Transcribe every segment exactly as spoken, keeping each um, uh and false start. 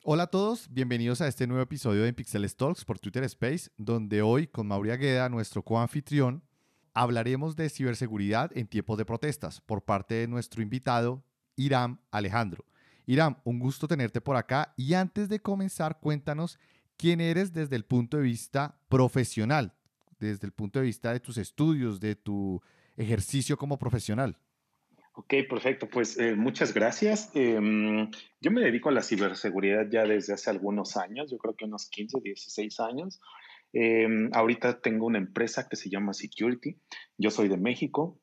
Hola a todos, bienvenidos a este nuevo episodio de Pixel Talks por Twitter Space, donde hoy con Mauri Agueda, nuestro coanfitrión, hablaremos de ciberseguridad en tiempos de protestas por parte de nuestro invitado, Iram Alejandro. Iram, un gusto tenerte por acá y antes de comenzar, cuéntanos quién eres desde el punto de vista profesional, desde el punto de vista de tus estudios, de tu ejercicio como profesional. Ok, perfecto. Pues eh, muchas gracias. Em, yo me dedico a la ciberseguridad ya desde hace algunos años, yo creo que unos quince, dieciséis años. Em, ahorita tengo una empresa que se llama Security. Yo soy de México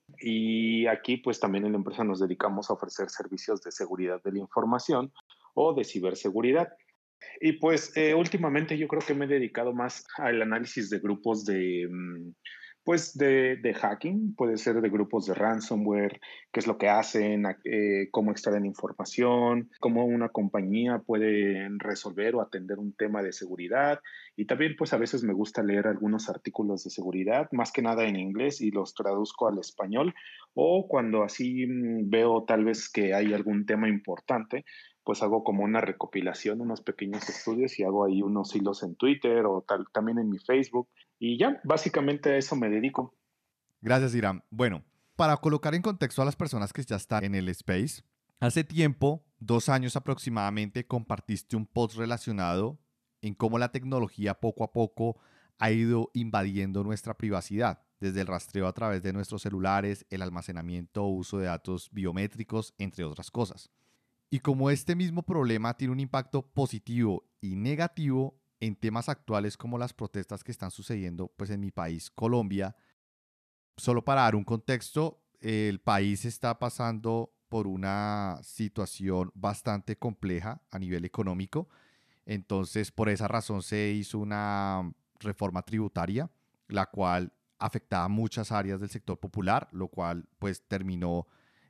y aquí pues también en la empresa nos dedicamos a ofrecer servicios de seguridad de la información o de ciberseguridad. Y pues eh, últimamente yo creo que me he dedicado más al análisis de grupos de, mm, pues de, de hacking, puede ser de grupos de ransomware, qué es lo que hacen, a- eh, cómo extraen información, cómo una compañía puede resolver o atender un tema de seguridad. Y también pues a veces me gusta leer algunos artículos de seguridad, más que nada en inglés y los traduzco al español. O cuando así mm, veo tal vez que hay algún tema importante pues hago como una recopilación, unos pequeños estudios y hago ahí unos hilos en Twitter o tal, también en mi Facebook. Y ya, básicamente a eso me dedico. Gracias, Iram. Bueno, para colocar en contexto a las personas que ya están en el space, hace tiempo, dos años aproximadamente, compartiste un post relacionado en cómo la tecnología poco a poco ha ido invadiendo nuestra privacidad, desde el rastreo a través de nuestros celulares, el almacenamiento o uso de datos biométricos, entre otras cosas. Y como este mismo problema tiene un impacto positivo y negativo en temas actuales como las protestas que están sucediendo pues en mi país, Colombia, solo para dar un contexto, el país está pasando por una situación bastante compleja a nivel económico. Entonces, por esa razón se hizo una reforma tributaria, la cual afectaba muchas áreas del sector popular, lo cual pues terminó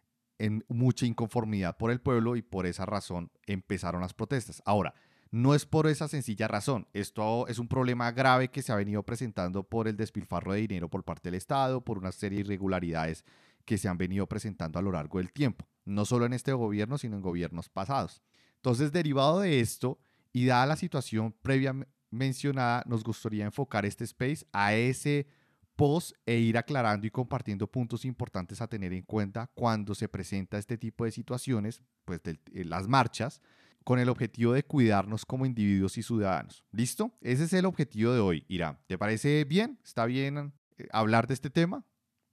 en mucha inconformidad por el pueblo y por esa razón empezaron las protestas. Ahora, no es por esa sencilla razón. Esto es un problema grave que se ha venido presentando por el despilfarro de dinero por parte del Estado, por una serie de irregularidades que se han venido presentando a lo largo del tiempo, no solo en este gobierno, sino en gobiernos pasados. Entonces, derivado de esto y dada la situación previa mencionada, nos gustaría enfocar este space a ese post e ir aclarando y compartiendo puntos importantes a tener en cuenta cuando se presenta este tipo de situaciones, pues de, de las marchas, con el objetivo de cuidarnos como individuos y ciudadanos. ¿Listo? Ese es el objetivo de hoy, Irán. ¿Te parece bien? ¿Está bien eh, hablar de este tema?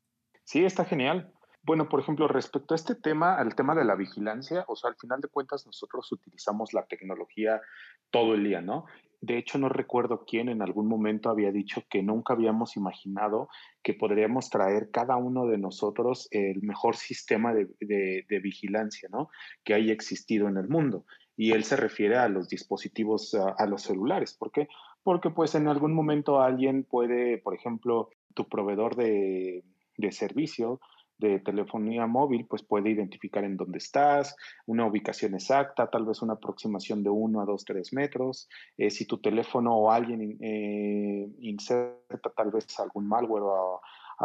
Sí, está genial. Bueno, por ejemplo, respecto a este tema, al tema de la vigilancia, o sea, al final de cuentas nosotros utilizamos la tecnología todo el día, ¿no? De hecho, no recuerdo quién en algún momento había dicho que nunca habíamos imaginado que podríamos traer cada uno de nosotros el mejor sistema de, de, de vigilancia, ¿no? Que haya existido en el mundo. Y él se refiere a los dispositivos, a, a los celulares. ¿Por qué? Porque pues en algún momento alguien puede, por ejemplo, tu proveedor de de servicio de telefonía móvil, pues puede identificar en dónde estás, una ubicación exacta, tal vez una aproximación de uno a dos, tres metros. Eh, si tu teléfono o alguien eh, inserta tal vez algún malware o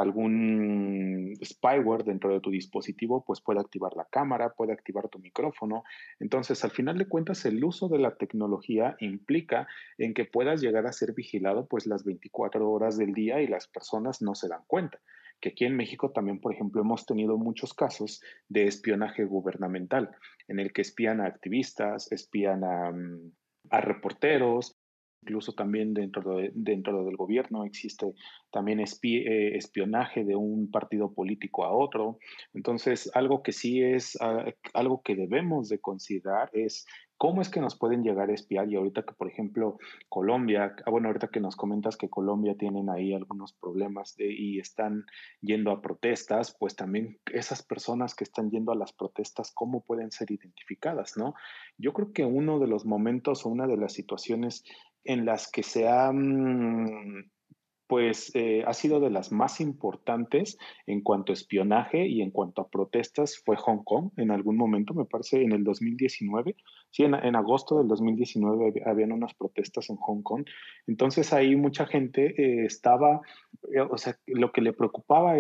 algún spyware dentro de tu dispositivo, pues puede activar la cámara, puede activar tu micrófono. Entonces, al final de cuentas, el uso de la tecnología implica en que puedas llegar a ser vigilado pues las veinticuatro horas del día y las personas no se dan cuenta que aquí en México también, por ejemplo, hemos tenido muchos casos de espionaje gubernamental, en el que espían a activistas, espían a, mm, a reporteros, incluso también dentro, de, dentro del gobierno existe también espi, eh, espionaje de un partido político a otro. Entonces, algo que sí es, uh, algo que debemos de considerar es cómo es que nos pueden llegar a espiar y ahorita que, por ejemplo, Colombia, ah, bueno, ahorita que nos comentas que Colombia tienen ahí algunos problemas de, y están yendo a protestas, pues también esas personas que están yendo a las protestas, ¿cómo pueden ser identificadas, no? Yo creo que uno de los momentos o una de las situaciones en las que se ha mm, pues eh, ha sido de las más importantes en cuanto a espionaje y en cuanto a protestas fue Hong Kong en algún momento, me parece en el dos mil diecinueve. Sí, en, en agosto del dos mil diecinueve hab- habían unas protestas en Hong Kong. Entonces ahí mucha gente eh, estaba, eh, o sea, lo que le preocupaba es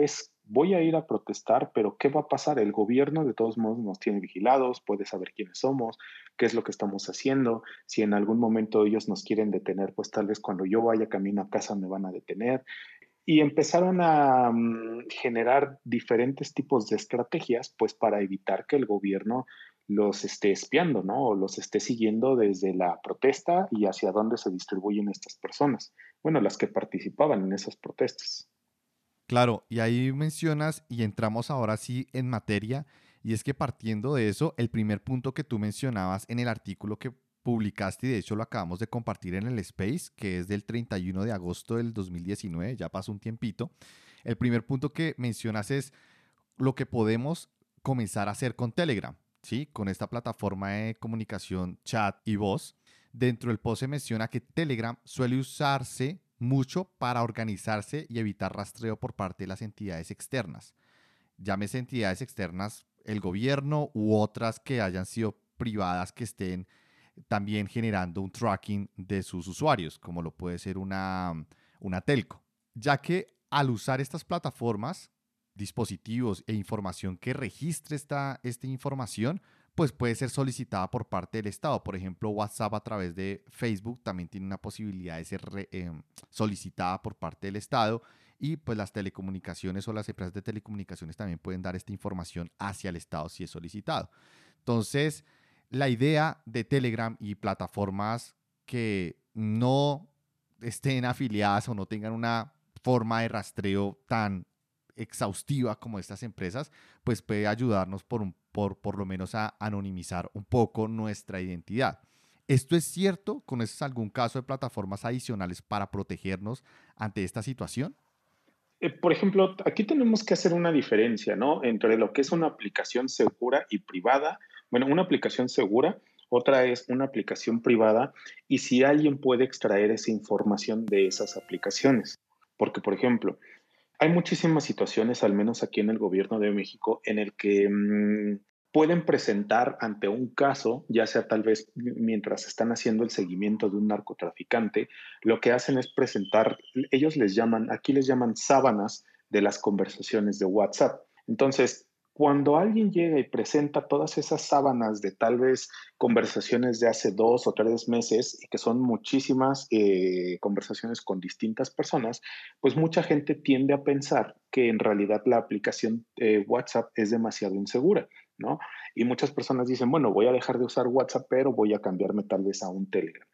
voy a ir a protestar, pero ¿qué va a pasar? El gobierno de todos modos nos tiene vigilados, puede saber quiénes somos, qué es lo que estamos haciendo. Si en algún momento ellos nos quieren detener, pues tal vez cuando yo vaya camino a casa me van a detener. Y empezaron a mm, generar diferentes tipos de estrategias, pues para evitar que el gobierno los esté espiando, ¿no? O los esté siguiendo desde la protesta y hacia dónde se distribuyen estas personas. Bueno, las que participaban en esas protestas. Claro, y ahí mencionas y entramos ahora sí en materia, y es que partiendo de eso, el primer punto que tú mencionabas en el artículo que publicaste, y de hecho lo acabamos de compartir en el Space, que es del treinta y uno de agosto del dos mil diecinueve, ya pasó un tiempito, el primer punto que mencionas es lo que podemos comenzar a hacer con Telegram, ¿sí? Con esta plataforma de comunicación, chat y voz. Dentro del post se menciona que Telegram suele usarse mucho para organizarse y evitar rastreo por parte de las entidades externas. Llámese entidades externas, el gobierno u otras que hayan sido privadas que estén también generando un tracking de sus usuarios, como lo puede ser una, una telco. Ya que al usar estas plataformas, dispositivos e información que registre esta, esta información, pues puede ser solicitada por parte del Estado. Por ejemplo, WhatsApp a través de Facebook también tiene una posibilidad de ser re, eh, solicitada por parte del Estado, y pues las telecomunicaciones o las empresas de telecomunicaciones también pueden dar esta información hacia el Estado si es solicitado. Entonces, la idea de Telegram y plataformas que no estén afiliadas o no tengan una forma de rastreo tan exhaustiva como estas empresas, pues puede ayudarnos por, un, por, por lo menos a anonimizar un poco nuestra identidad. ¿Esto es cierto? ¿Conoces algún caso de plataformas adicionales para protegernos ante esta situación? Eh, por ejemplo, aquí tenemos que hacer una diferencia, ¿no? Entre lo que es una aplicación segura y privada. Bueno, una aplicación segura, otra es una aplicación privada, y si alguien puede extraer esa información de esas aplicaciones. Porque, por ejemplo, hay muchísimas situaciones, al menos aquí en el gobierno de México, en el que mm, pueden presentar ante un caso, ya sea tal vez mientras están haciendo el seguimiento de un narcotraficante, lo que hacen es presentar, ellos les llaman, aquí les llaman sábanas de las conversaciones de WhatsApp. Entonces, cuando alguien llega y presenta todas esas sábanas de tal vez conversaciones de hace dos o tres meses y que son muchísimas eh, conversaciones con distintas personas, pues mucha gente tiende a pensar que en realidad la aplicación eh, WhatsApp es demasiado insegura, ¿no? Y muchas personas dicen, bueno, voy a dejar de usar WhatsApp, pero voy a cambiarme tal vez a un Telegram.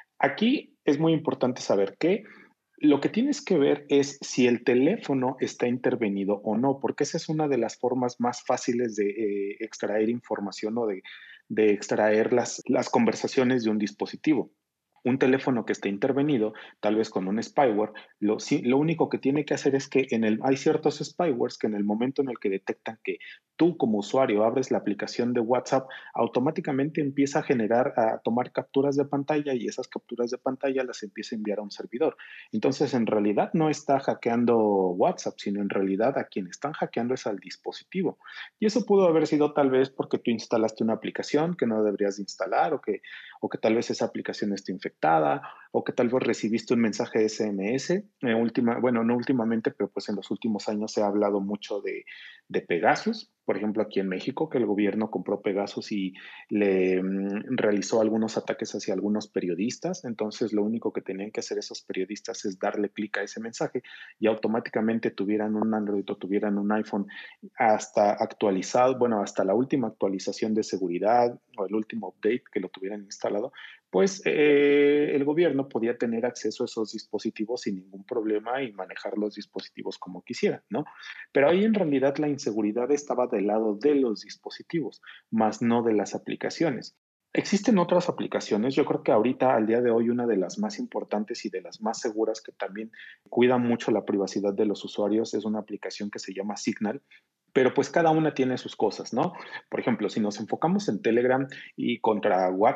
Aquí es muy importante saber que lo que tienes que ver es si el teléfono está intervenido o no, porque esa es una de las formas más fáciles de eh, extraer información o de, de extraer las, las conversaciones de un dispositivo. Un teléfono que esté intervenido, tal vez con un spyware, lo, sí, lo único que tiene que hacer es que en el, hay ciertos spywares que en el momento en el que detectan que tú como usuario abres la aplicación de WhatsApp, automáticamente empieza a generar, a tomar capturas de pantalla, y esas capturas de pantalla las empieza a enviar a un servidor. Entonces, en realidad no está hackeando WhatsApp, sino en realidad a quien están hackeando es al dispositivo. Y eso pudo haber sido tal vez porque tú instalaste una aplicación que no deberías de instalar, o que, o que tal vez esa aplicación esté infectada, o que tal vez recibiste un mensaje de S M S. Eh, última, bueno, no últimamente, pero pues en los últimos años se ha hablado mucho de, de Pegasus. Por ejemplo, aquí en México, que el gobierno compró Pegasus y le mm, realizó algunos ataques hacia algunos periodistas. Entonces, lo único que tenían que hacer esos periodistas es darle clic a ese mensaje, y automáticamente tuvieran un Android o tuvieran un iPhone hasta actualizado, bueno, hasta la última actualización de seguridad o el último update que lo tuvieran instalado, pues eh, el gobierno podía tener acceso a esos dispositivos sin ningún problema y manejar los dispositivos como quisiera, ¿no? Pero ahí en realidad la inseguridad estaba del lado de los dispositivos, más no de las aplicaciones. Existen otras aplicaciones, yo creo que ahorita, al día de hoy, una de las más importantes y de las más seguras, que también cuida mucho la privacidad de los usuarios, es una aplicación que se llama Signal, pero pues cada una tiene sus cosas, ¿no? Por ejemplo, si nos enfocamos en Telegram y contra WhatsApp,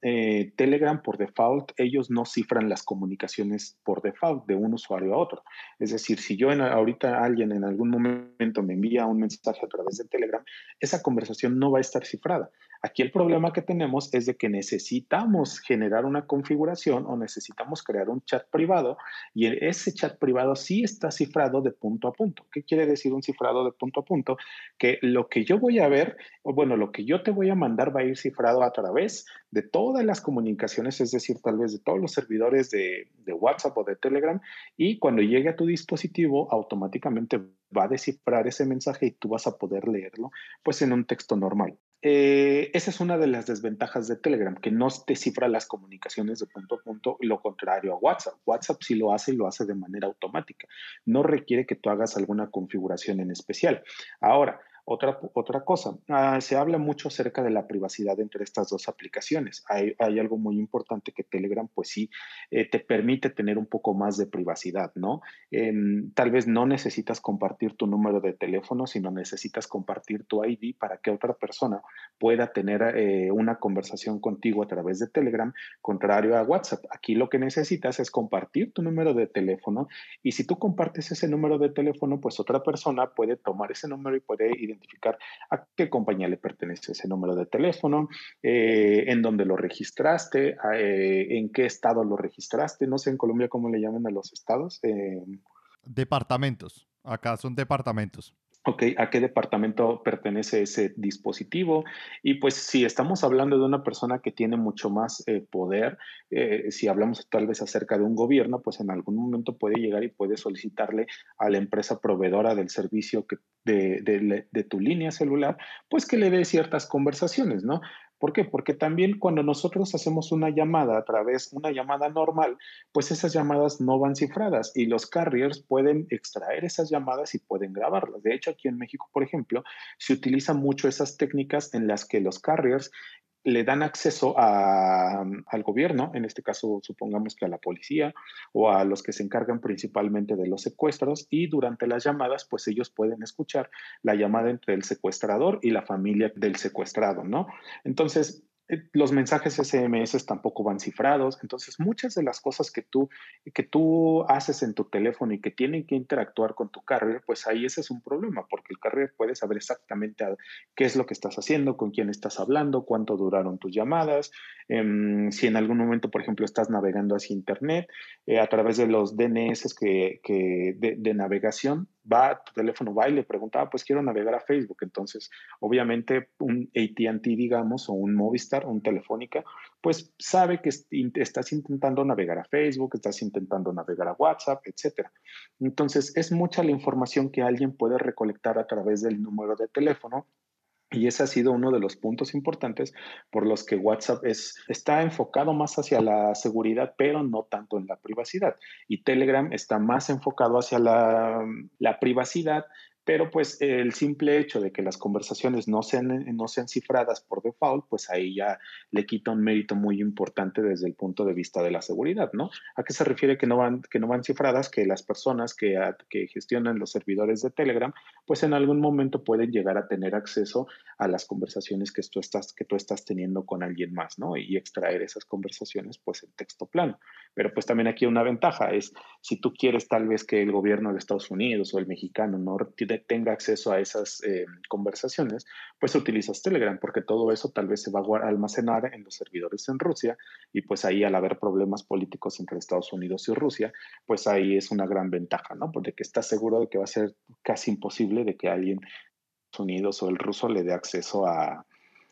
eh, Telegram por default, ellos no cifran las comunicaciones por default de un usuario a otro. Es decir, si yo en, ahorita alguien en algún momento me envía un mensaje a través de Telegram, esa conversación no va a estar cifrada. Aquí el problema que tenemos es de que necesitamos generar una configuración o necesitamos crear un chat privado y ese chat privado sí está cifrado de punto a punto. ¿Qué quiere decir un cifrado de punto a punto? Que lo que yo voy a ver, o bueno, lo que yo te voy a mandar va a ir cifrado a través de todas las comunicaciones, es decir, tal vez de todos los servidores de, de WhatsApp o de Telegram, y cuando llegue a tu dispositivo, automáticamente va a descifrar ese mensaje y tú vas a poder leerlo, pues en un texto normal. Eh, esa es una de las desventajas de Telegram, que no te cifra las comunicaciones de punto a punto, lo contrario a WhatsApp. WhatsApp sí lo hace y lo hace de manera automática. No requiere que tú hagas alguna configuración en especial. Ahora, otra, otra cosa, uh, se habla mucho acerca de la privacidad entre estas dos aplicaciones. Hay, hay algo muy importante que Telegram, pues sí, eh, te permite tener un poco más de privacidad, ¿no? Eh, tal vez no necesitas compartir tu número de teléfono, sino necesitas compartir tu I D para que otra persona pueda tener eh, una conversación contigo a través de Telegram, contrario a WhatsApp. Aquí lo que necesitas es compartir tu número de teléfono y si tú compartes ese número de teléfono, pues otra persona puede tomar ese número y puede identificar a qué compañía le pertenece ese número de teléfono, eh, en dónde lo registraste, eh, en qué estado lo registraste. No sé en Colombia cómo le llaman a los estados. Eh, Departamentos. Acá son departamentos. Ok, ¿a qué departamento pertenece ese dispositivo? Y pues si estamos hablando de una persona que tiene mucho más eh, poder, eh, si hablamos tal vez acerca de un gobierno, pues en algún momento puede llegar y puede solicitarle a la empresa proveedora del servicio que, de, de, de tu línea celular, pues que le dé ciertas conversaciones, ¿no? ¿Por qué? Porque también cuando nosotros hacemos una llamada a través, una llamada normal, pues esas llamadas no van cifradas y los carriers pueden extraer esas llamadas y pueden grabarlas. De hecho, aquí en México, por ejemplo, se utilizan mucho esas técnicas en las que los carriers le dan acceso a, al gobierno, en este caso supongamos que a la policía o a los que se encargan principalmente de los secuestros y durante las llamadas pues ellos pueden escuchar la llamada entre el secuestrador y la familia del secuestrado, ¿no? Entonces, eh, los mensajes S M S tampoco van cifrados, entonces muchas de las cosas que tú, que tú haces en tu teléfono y que tienen que interactuar con tu carrier, pues ahí ese es un problema, porque el carrier puede saber exactamente a, qué es lo que estás haciendo, con quién estás hablando, cuánto duraron tus llamadas, eh, si en algún momento, por ejemplo, estás navegando hacia Internet, eh, a través de los D N S que, que de, de, navegación, va, tu teléfono va y le pregunta, ah, pues quiero navegar a Facebook, entonces obviamente un A T and T, digamos, o un Movistar, un Telefónica, pues sabe que estás intentando navegar a Facebook, estás intentando navegar a WhatsApp, etcétera. Entonces, es mucha la información que alguien puede recolectar a través del número de teléfono y ese ha sido uno de los puntos importantes por los que WhatsApp es, está enfocado más hacia la seguridad, pero no tanto en la privacidad. Y Telegram está más enfocado hacia la, la privacidad, pero pues el simple hecho de que las conversaciones no sean, no sean cifradas por default, pues ahí ya le quita un mérito muy importante desde el punto de vista de la seguridad, ¿no? ¿A qué se refiere que no van, que no van cifradas? Que las personas que, que gestionan los servidores de Telegram, pues en algún momento pueden llegar a tener acceso a las conversaciones que tú estás, que tú estás teniendo con alguien más, ¿no? Y extraer esas conversaciones, pues, en texto plano. Pero pues también aquí una ventaja es, si tú quieres tal vez que el gobierno de Estados Unidos o el mexicano no tenga acceso a esas eh, conversaciones, pues utilizas Telegram, porque todo eso tal vez se va a almacenar en los servidores en Rusia y pues ahí al haber problemas políticos entre Estados Unidos y Rusia, pues ahí es una gran ventaja, ¿no? Porque estás seguro de que va a ser casi imposible de que alguien Unidos o el ruso le dé acceso a,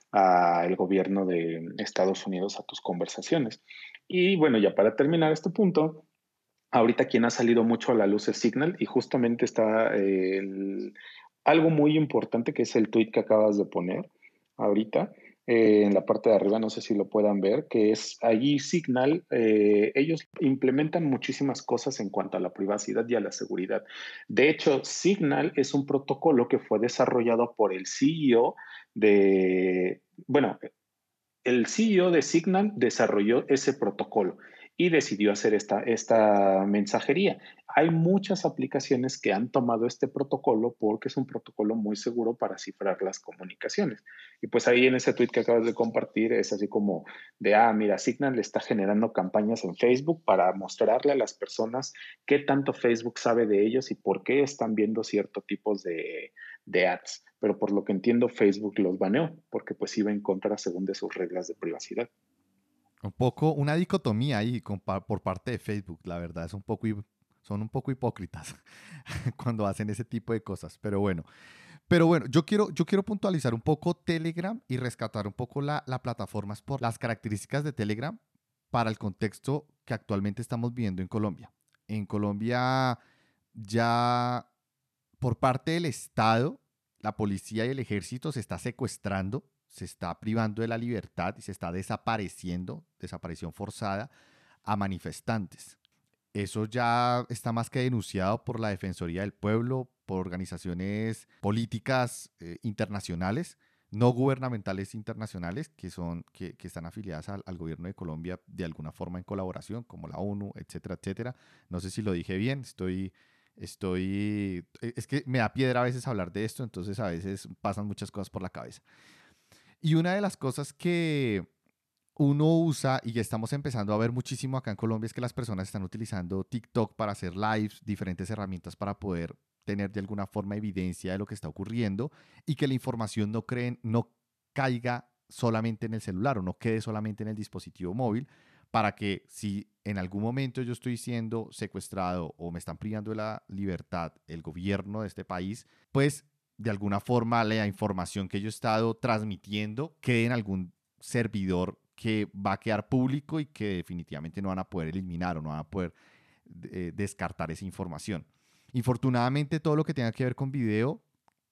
a el gobierno de Estados Unidos a tus conversaciones. Y bueno, ya para terminar este punto, ahorita quien ha salido mucho a la luz es Signal y justamente está eh, el, algo muy importante que es el tweet que acabas de poner ahorita. Eh, en la parte de arriba, no sé si lo puedan ver, que es allí Signal, eh, ellos implementan muchísimas cosas en cuanto a la privacidad y a la seguridad. De hecho, Signal es un protocolo que fue desarrollado por el C E O de, bueno, el C E O de Signal desarrolló ese protocolo y decidió hacer esta, esta mensajería. Hay muchas aplicaciones que han tomado este protocolo porque es un protocolo muy seguro para cifrar las comunicaciones. Y pues ahí en ese tweet que acabas de compartir es así como de, ah, mira, Signal está generando campañas en Facebook para mostrarle a las personas qué tanto Facebook sabe de ellos y por qué están viendo ciertos tipos de, de ads. Pero por lo que entiendo, Facebook los baneó porque pues iba en contra según de sus reglas de privacidad. Un poco una dicotomía ahí con pa- por parte de Facebook, la verdad, es un poco, hi- son un poco hipócritas cuando hacen ese tipo de cosas, pero bueno. Pero bueno, yo quiero, yo quiero puntualizar un poco Telegram y rescatar un poco la, la plataforma por las características de Telegram para el contexto que actualmente estamos viviendo en Colombia. En Colombia ya por parte del Estado, la policía y el ejército se está secuestrando, se está privando de la libertad y se está desapareciendo, desaparición forzada, a manifestantes. Eso ya está más que denunciado por la Defensoría del Pueblo, por organizaciones políticas eh, internacionales, no gubernamentales internacionales, que, son, que, que están afiliadas al, al, gobierno de Colombia de alguna forma en colaboración, como la ONU, etcétera, etcétera. No sé si lo dije bien, estoy, estoy, es que me da piedra a veces hablar de esto, entonces a veces pasan muchas cosas por la cabeza. Y una de las cosas que uno usa y ya estamos empezando a ver muchísimo acá en Colombia es que las personas están utilizando TikTok para hacer lives, diferentes herramientas para poder tener de alguna forma evidencia de lo que está ocurriendo y que la información no, creen, no caiga solamente en el celular o no quede solamente en el dispositivo móvil para que si en algún momento yo estoy siendo secuestrado o me están privando de la libertad el gobierno de este país, pues de alguna forma la información que yo he estado transmitiendo quede en algún servidor que va a quedar público y que definitivamente no van a poder eliminar o no van a poder eh, descartar esa información. Infortunadamente, todo lo que tenga que ver con video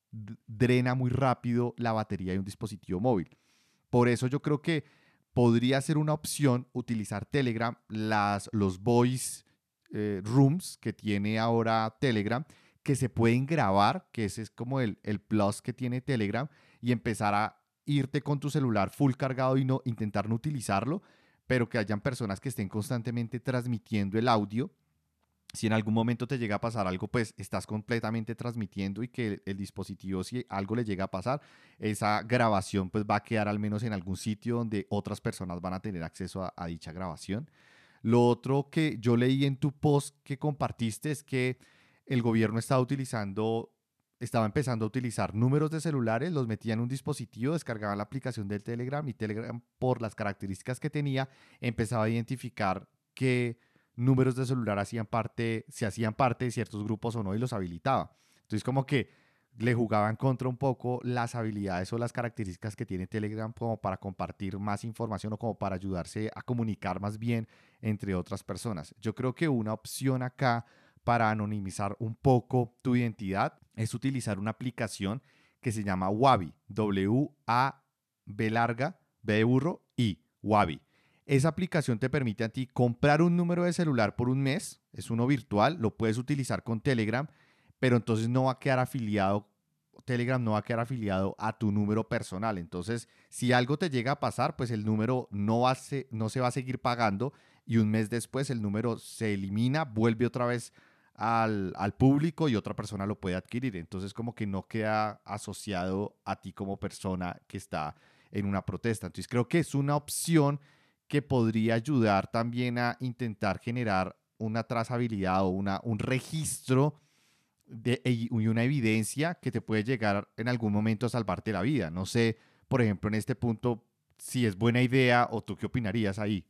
drena muy rápido la batería de un dispositivo móvil. Por eso yo creo que podría ser una opción utilizar Telegram, las, los voice eh, rooms que tiene ahora Telegram, que se pueden grabar, que ese es como el, el plus que tiene Telegram, y empezar a irte con tu celular full cargado y no intentar no utilizarlo, pero que hayan personas que estén constantemente transmitiendo el audio. Si en algún momento te llega a pasar algo, pues estás completamente transmitiendo y que el, el dispositivo, si algo le llega a pasar, esa grabación pues va a quedar al menos en algún sitio donde otras personas van a tener acceso a, a dicha grabación. Lo otro que yo leí en tu post que compartiste es que el gobierno estaba utilizando, estaba empezando a utilizar números de celulares, los metía en un dispositivo, descargaban la aplicación del Telegram y Telegram, por las características que tenía, empezaba a identificar que números de celular hacían parte, se hacían parte de ciertos grupos o no y los habilitaba. Entonces como que le jugaban contra un poco las habilidades o las características que tiene Telegram como para compartir más información o como para ayudarse a comunicar más bien entre otras personas. Yo creo que una opción acá para anonimizar un poco tu identidad es utilizar una aplicación que se llama Wabi, W A B larga, B de burro, y Wabi. Esa aplicación te permite a ti comprar un número de celular por un mes, es uno virtual, lo puedes utilizar con Telegram, pero entonces no va a quedar afiliado, Telegram no va a quedar afiliado a tu número personal. Entonces, si algo te llega a pasar, pues el número no, va a se, no se va a seguir pagando y un mes después el número se elimina, vuelve otra vez al, al público y otra persona lo puede adquirir. Entonces, como que no queda asociado a ti como persona que está en una protesta. Entonces, creo que es una opción que podría ayudar también a intentar generar una trazabilidad o una, un registro de, y una evidencia que te puede llegar en algún momento a salvarte la vida. No sé, por ejemplo, en este punto, si es buena idea o tú qué opinarías ahí.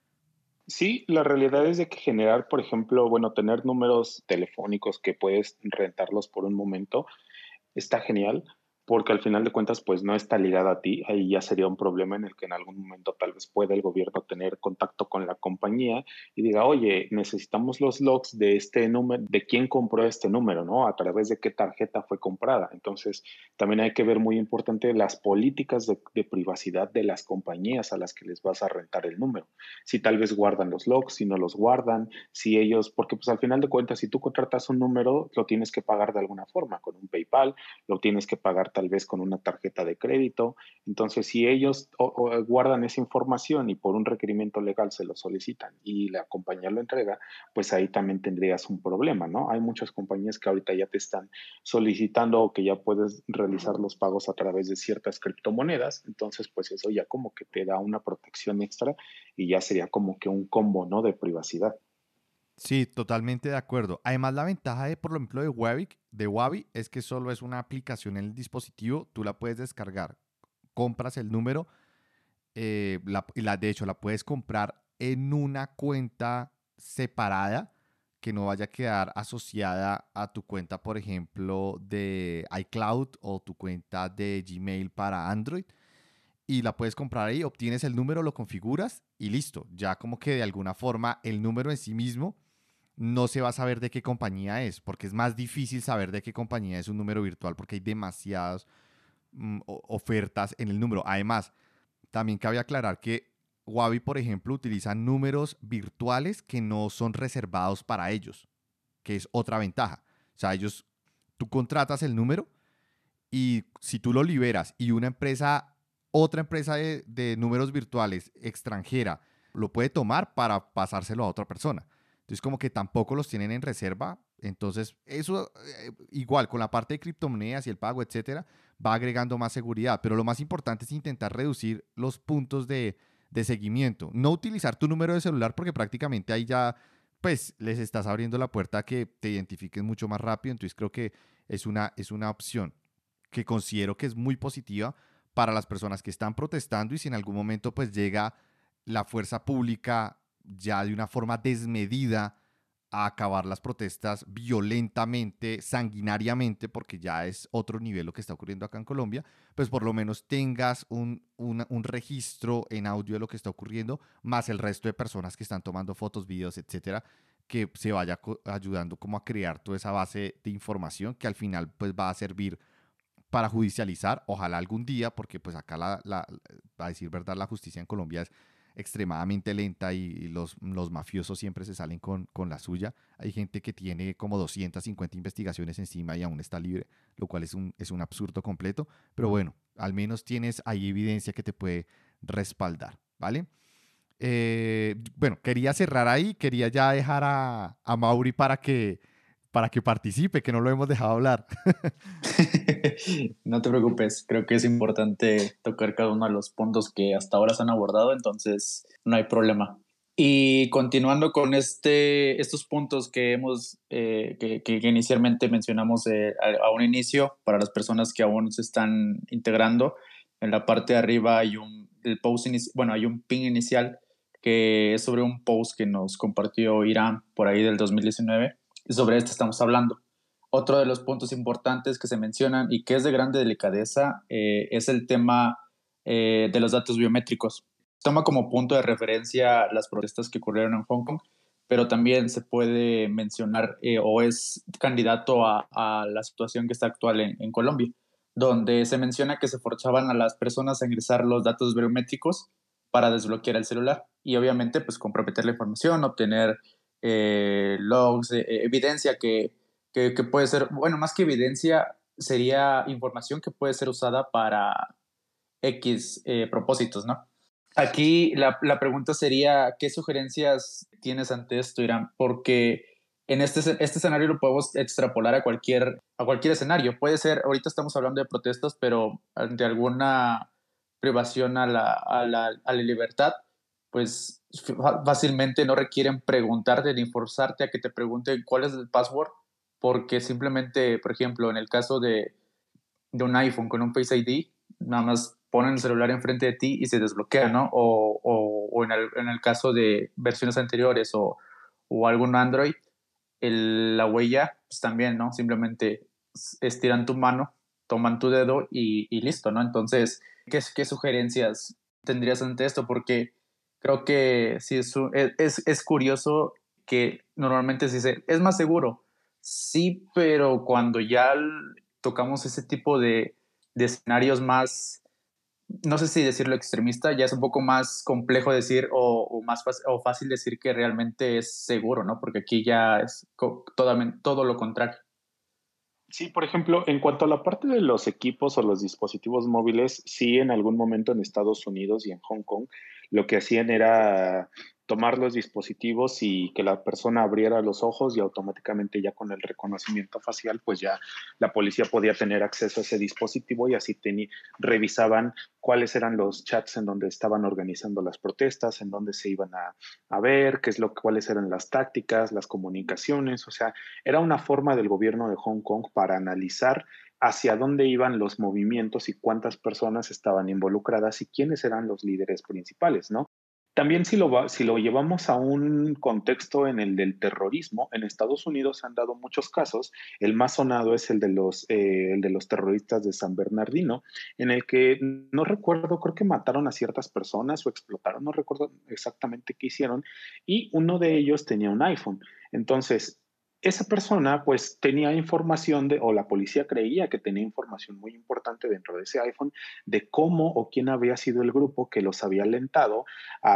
Sí, la realidad es de que generar, por ejemplo, bueno, tener números telefónicos que puedes rentarlos por un momento está genial, porque al final de cuentas, pues no está ligada a ti. Ahí ya sería un problema en el que en algún momento tal vez pueda el gobierno tener contacto con la compañía y diga, oye, necesitamos los logs de este número, de quién compró este número, ¿no? A través de qué tarjeta fue comprada. Entonces, también hay que ver muy importante las políticas de, de privacidad de las compañías a las que les vas a rentar el número. Si tal vez guardan los logs, si no los guardan, si ellos, porque pues al final de cuentas, si tú contratas un número, lo tienes que pagar de alguna forma, con un PayPal, lo tienes que pagar tal vez con una tarjeta de crédito. Entonces, si ellos o, o guardan esa información y por un requerimiento legal se lo solicitan y la compañía lo entrega, pues ahí también tendrías un problema, ¿no? Hay muchas compañías que ahorita ya te están solicitando o que ya puedes realizar los pagos a través de ciertas criptomonedas. Entonces, pues eso ya como que te da una protección extra y ya sería como que un combo, ¿no? De privacidad. Sí, totalmente de acuerdo. Además, la ventaja de, por ejemplo, de Wabi, de Wabi es que solo es una aplicación en el dispositivo, tú la puedes descargar, compras el número, eh, la, y la, de hecho la puedes comprar en una cuenta separada que no vaya a quedar asociada a tu cuenta, por ejemplo, de iCloud o tu cuenta de Gmail para Android. Y la puedes comprar ahí, obtienes el número, lo configuras y listo. Ya como que de alguna forma el número en sí mismo no se va a saber de qué compañía es, porque es más difícil saber de qué compañía es un número virtual porque hay demasiadas mm, ofertas en el número. Además, también cabe aclarar que Wabi, por ejemplo, utiliza números virtuales que no son reservados para ellos, que es otra ventaja. O sea, ellos, tú contratas el número y si tú lo liberas y una empresa, otra empresa de, de números virtuales extranjera, lo puede tomar para pasárselo a otra persona. Entonces, como que tampoco los tienen en reserva. Entonces, eso eh, igual con la parte de criptomonedas y el pago, etcétera, va agregando más seguridad. Pero lo más importante es intentar reducir los puntos de, de seguimiento. No utilizar tu número de celular porque prácticamente ahí ya, pues, les estás abriendo la puerta a que te identifiquen mucho más rápido. Entonces, creo que es una, es una opción que considero que es muy positiva para las personas que están protestando y si en algún momento pues llega la fuerza pública ya de una forma desmedida a acabar las protestas violentamente, sanguinariamente, porque ya es otro nivel lo que está ocurriendo acá en Colombia, pues por lo menos tengas un, una- un registro en audio de lo que está ocurriendo, más el resto de personas que están tomando fotos, videos, etcétera, que se vaya co- ayudando como a crear toda esa base de información que al final pues va a servir para judicializar, ojalá algún día, porque pues acá, la, la, a decir verdad, la justicia en Colombia es extremadamente lenta y, y los, los mafiosos siempre se salen con, con la suya. Hay gente que tiene como doscientas cincuenta investigaciones encima y aún está libre, lo cual es un, es un absurdo completo, pero bueno, al menos tienes ahí evidencia que te puede respaldar, ¿vale? Eh, bueno, quería cerrar ahí, quería ya dejar a, a Mauri para que, para que participe, que no lo hemos dejado hablar. No te preocupes, creo que es importante tocar cada uno de los puntos que hasta ahora se han abordado, entonces no hay problema. Y continuando con este, estos puntos que hemos, eh, que, que, que inicialmente mencionamos eh, a, a un inicio, para las personas que aún se están integrando, en la parte de arriba hay un, el post inici- bueno, hay un pin inicial que es sobre un post que nos compartió Irán por ahí del dos mil diecinueve, y sobre este estamos hablando. Otro de los puntos importantes que se mencionan y que es de grande delicadeza eh, es el tema eh, de los datos biométricos. Toma como punto de referencia las protestas que ocurrieron en Hong Kong, pero también se puede mencionar eh, o es candidato a, a, la situación que está actual en, en Colombia, donde se menciona que se forzaban a las personas a ingresar los datos biométricos para desbloquear el celular y obviamente pues comprometer la información, obtener eh, logs, eh, evidencia que que, que puede ser, bueno, más que evidencia, sería información que puede ser usada para X eh, propósitos, ¿no? Aquí la, la pregunta sería, ¿qué sugerencias tienes ante esto, Irán? Porque en este, este escenario lo podemos extrapolar a cualquier, a cualquier escenario. Puede ser, ahorita estamos hablando de protestas, pero ante alguna privación a la, a la, a la libertad, pues fácilmente no requieren preguntarte ni forzarte a que te pregunten cuál es el password, porque simplemente, por ejemplo, en el caso de, de un iPhone con un Face I D, nada más ponen el celular enfrente de ti y se desbloquea, ¿no? O, o, o en, el, en, el, caso de versiones anteriores o, o algún Android, el, la huella, pues también, ¿no? Simplemente estiran tu mano, toman tu dedo y, y listo, ¿no? Entonces, ¿qué, ¿qué sugerencias tendrías ante esto? Porque creo que sí es, es, es curioso que normalmente se dice, es más seguro. Sí, pero cuando ya tocamos ese tipo de, de escenarios más, no sé si decirlo extremista, ya es un poco más complejo decir o, o más o fácil decir que realmente es seguro, ¿no? Porque aquí ya es todo, todo lo contrario. Sí, por ejemplo, en cuanto a la parte de los equipos o los dispositivos móviles, sí, en algún momento en Estados Unidos y en Hong Kong, lo que hacían era tomar los dispositivos y que la persona abriera los ojos y automáticamente ya con el reconocimiento facial, pues ya la policía podía tener acceso a ese dispositivo y así teni- revisaban cuáles eran los chats en donde estaban organizando las protestas, en donde se iban a, a ver, qué es lo, cuáles eran las tácticas, las comunicaciones, o sea, era una forma del gobierno de Hong Kong para analizar hacia dónde iban los movimientos y cuántas personas estaban involucradas y quiénes eran los líderes principales, ¿no? También si lo, va- si lo llevamos a un contexto en el del terrorismo, en Estados Unidos se han dado muchos casos. El más sonado es el de los, eh, el de los terroristas de San Bernardino, en el que no recuerdo, creo que mataron a ciertas personas o explotaron, no recuerdo exactamente qué hicieron, y uno de ellos tenía un iPhone. Entonces, esa persona pues tenía información de, o la policía creía que tenía información muy importante dentro de ese iPhone de cómo o quién había sido el grupo que los había alentado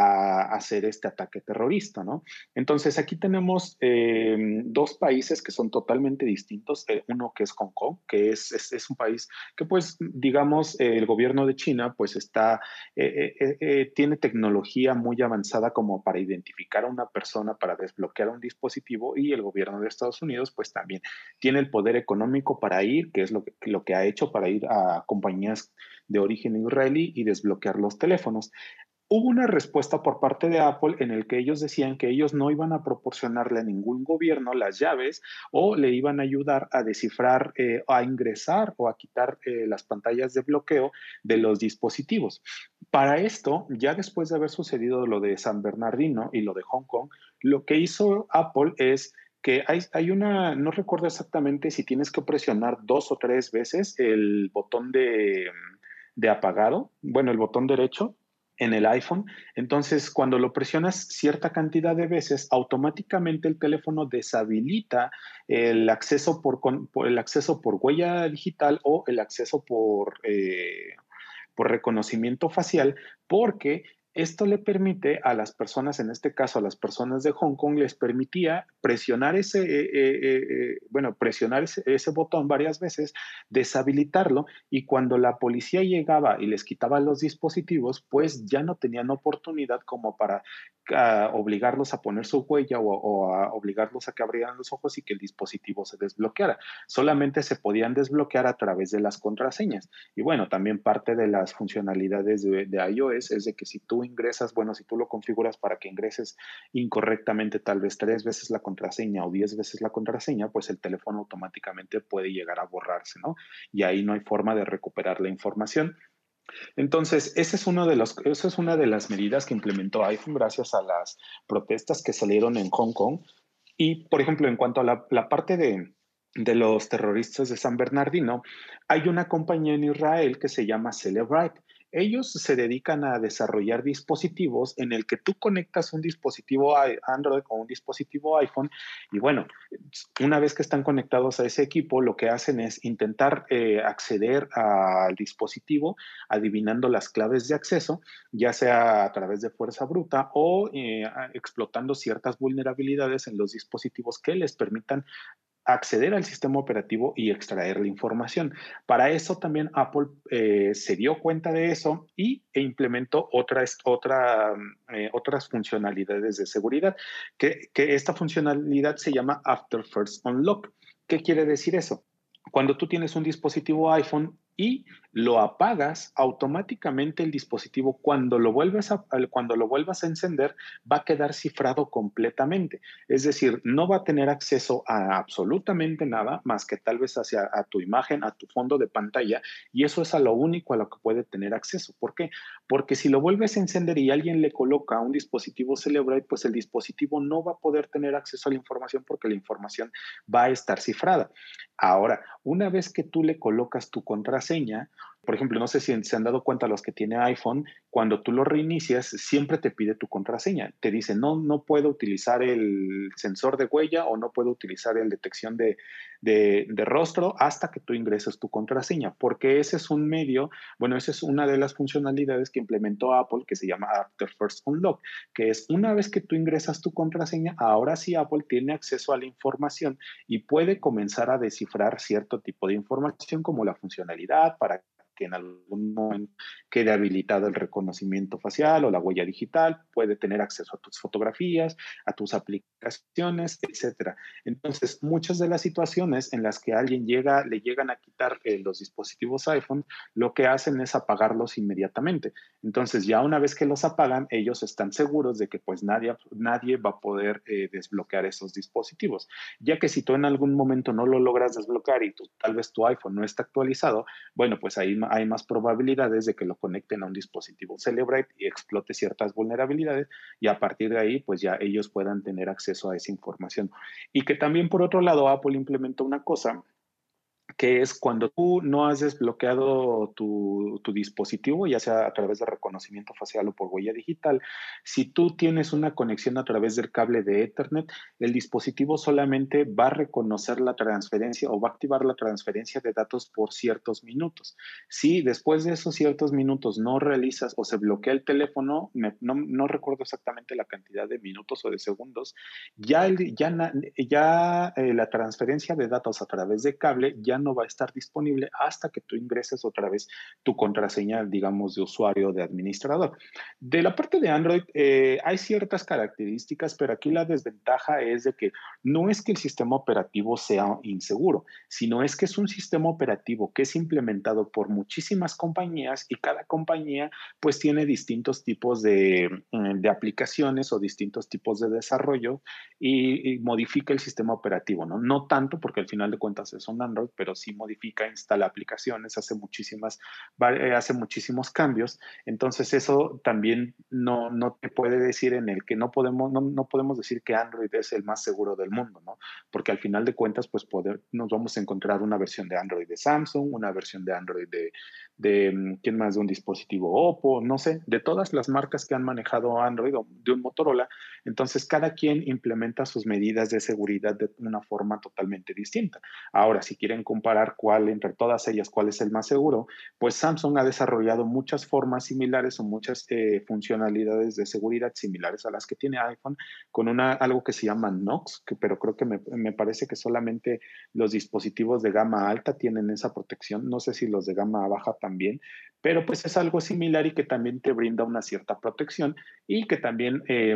a hacer este ataque terrorista, ¿no? Entonces aquí tenemos eh, dos países que son totalmente distintos. Eh, uno que es Hong Kong, que es, es, es un país que pues digamos eh, el gobierno de China pues está, eh, eh, eh, tiene tecnología muy avanzada como para identificar a una persona, para desbloquear un dispositivo y el gobierno de Estados Unidos pues también tiene el poder económico para ir, que es lo que, lo que ha hecho para ir a compañías de origen israelí y desbloquear los teléfonos. Hubo una respuesta por parte de Apple en el que ellos decían que ellos no iban a proporcionarle a ningún gobierno las llaves o le iban a ayudar a descifrar, eh, a ingresar o a quitar eh, las pantallas de bloqueo de los dispositivos. Para esto, ya después de haber sucedido lo de San Bernardino y lo de Hong Kong, lo que hizo Apple es que hay, hay una, no recuerdo exactamente si tienes que presionar dos o tres veces el botón de, de apagado, bueno, el botón derecho en el iPhone. Entonces, cuando lo presionas cierta cantidad de veces, automáticamente el teléfono deshabilita el acceso por, por el acceso por huella digital o el acceso por, eh, por reconocimiento facial, porque esto le permite a las personas, en este caso a las personas de Hong Kong, les permitía presionar ese, eh, eh, eh, bueno, presionar ese, ese, botón varias veces, deshabilitarlo, y cuando la policía llegaba y les quitaba los dispositivos, pues ya no tenían oportunidad como para uh, obligarlos a poner su huella o, o a obligarlos a que abrieran los ojos y que el dispositivo se desbloqueara. Solamente se podían desbloquear a través de las contraseñas. Y bueno, también parte de las funcionalidades de, de iOS es de que si tú ingresas, bueno, si tú lo configuras para que ingreses incorrectamente tal vez tres veces la contraseña o diez veces la contraseña, pues el teléfono automáticamente puede llegar a borrarse, ¿no? Y ahí no hay forma de recuperar la información. Entonces, ese es uno de los, esa es una de las medidas que implementó iPhone gracias a las protestas que salieron en Hong Kong. Y, por ejemplo, en cuanto a la, la parte de, de los terroristas de San Bernardino, hay una compañía en Israel que se llama Celebrite. Ellos se dedican a desarrollar dispositivos en el que tú conectas un dispositivo Android o un dispositivo iPhone y bueno, una vez que están conectados a ese equipo, lo que hacen es intentar eh, acceder al dispositivo adivinando las claves de acceso, ya sea a través de fuerza bruta o eh, explotando ciertas vulnerabilidades en los dispositivos que les permitan acceder al sistema operativo y extraer la información. Para eso también Apple eh, se dio cuenta de eso y, e implementó otras, otra, eh, otras funcionalidades de seguridad, que, que esta funcionalidad se llama After First Unlock. ¿Qué quiere decir eso? Cuando tú tienes un dispositivo iPhone y lo apagas, automáticamente el dispositivo, cuando lo vuelves a, cuando lo vuelvas a encender, va a quedar cifrado completamente. Es decir, no va a tener acceso a absolutamente nada más que tal vez hacia a tu imagen, a tu fondo de pantalla, y eso es a lo único a lo que puede tener acceso. ¿Por qué? Porque si lo vuelves a encender y alguien le coloca un dispositivo Celebrite, pues el dispositivo no va a poder tener acceso a la información porque la información va a estar cifrada. Ahora, una vez que tú le colocas tu contraseña, por ejemplo, no sé si se han dado cuenta los que tienen iPhone, cuando tú lo reinicias, siempre te pide tu contraseña. Te dice, no, no puedo utilizar el sensor de huella o no puedo utilizar el detección de, de, de rostro hasta que tú ingreses tu contraseña, porque ese es un medio, bueno, esa es una de las funcionalidades que implementó Apple que se llama After First Unlock, que es una vez que tú ingresas tu contraseña, ahora sí Apple tiene acceso a la información y puede comenzar a descifrar cierto tipo de información como la funcionalidad para que en algún momento quede habilitado el reconocimiento facial o la huella digital, puede tener acceso a tus fotografías, a tus aplicaciones, etcétera. Entonces, muchas de las situaciones en las que alguien llega, le llegan a quitar eh, los dispositivos iPhone, lo que hacen es apagarlos inmediatamente. Entonces, ya una vez que los apagan, ellos están seguros de que pues nadie, nadie va a poder eh, desbloquear esos dispositivos, ya que si tú en algún momento no lo logras desbloquear y tú, tal vez tu iPhone no está actualizado, bueno, pues ahí hay más probabilidades de que lo conecten a un dispositivo Celebrite y explote ciertas vulnerabilidades y a partir de ahí, pues ya ellos puedan tener acceso a esa información. Y que también, por otro lado, Apple implementó una cosa que es cuando tú no has desbloqueado tu, tu, dispositivo, ya sea a través de reconocimiento facial o por huella digital, si tú tienes una conexión a través del cable de Ethernet, el dispositivo solamente va a reconocer la transferencia o va a activar la transferencia de datos por ciertos minutos. Si después de esos ciertos minutos no realizas o se bloquea el teléfono, me, no, no recuerdo exactamente la cantidad de minutos o de segundos, ya, el, ya, ya eh, la transferencia de datos a través de cable ya no va a estar disponible hasta que tú ingreses otra vez tu contraseña, digamos, de usuario, de administrador. De la parte de Android, eh, hay ciertas características, pero aquí la desventaja es de que no es que el sistema operativo sea inseguro, sino es que es un sistema operativo que es implementado por muchísimas compañías y cada compañía pues tiene distintos tipos de, de aplicaciones o distintos tipos de desarrollo y, y modifica el sistema operativo, ¿no? No tanto porque al final de cuentas es un Android, pero sí modifica, instala aplicaciones, hace muchísimas, hace muchísimos cambios. Entonces eso también no, no te puede decir en el que no podemos, no, no podemos decir que Android es el más seguro del mundo, ¿no? Porque al final de cuentas, pues poder, nos vamos a encontrar una versión de Android de Samsung, una versión de Android de, de ¿quién más? De un dispositivo Oppo, no sé, de todas las marcas que han manejado Android o de un Motorola. Entonces, cada quien implementa sus medidas de seguridad de una forma totalmente distinta. Ahora, si quieren comparar cuál entre todas ellas, cuál es el más seguro, pues Samsung ha desarrollado muchas formas similares o muchas eh, funcionalidades de seguridad similares a las que tiene iPhone, con una, algo que se llama Knox, que, pero creo que me, me parece que solamente los dispositivos de gama alta tienen esa protección. No sé si los de gama baja también, pero pues es algo similar y que también te brinda una cierta protección y que también eh,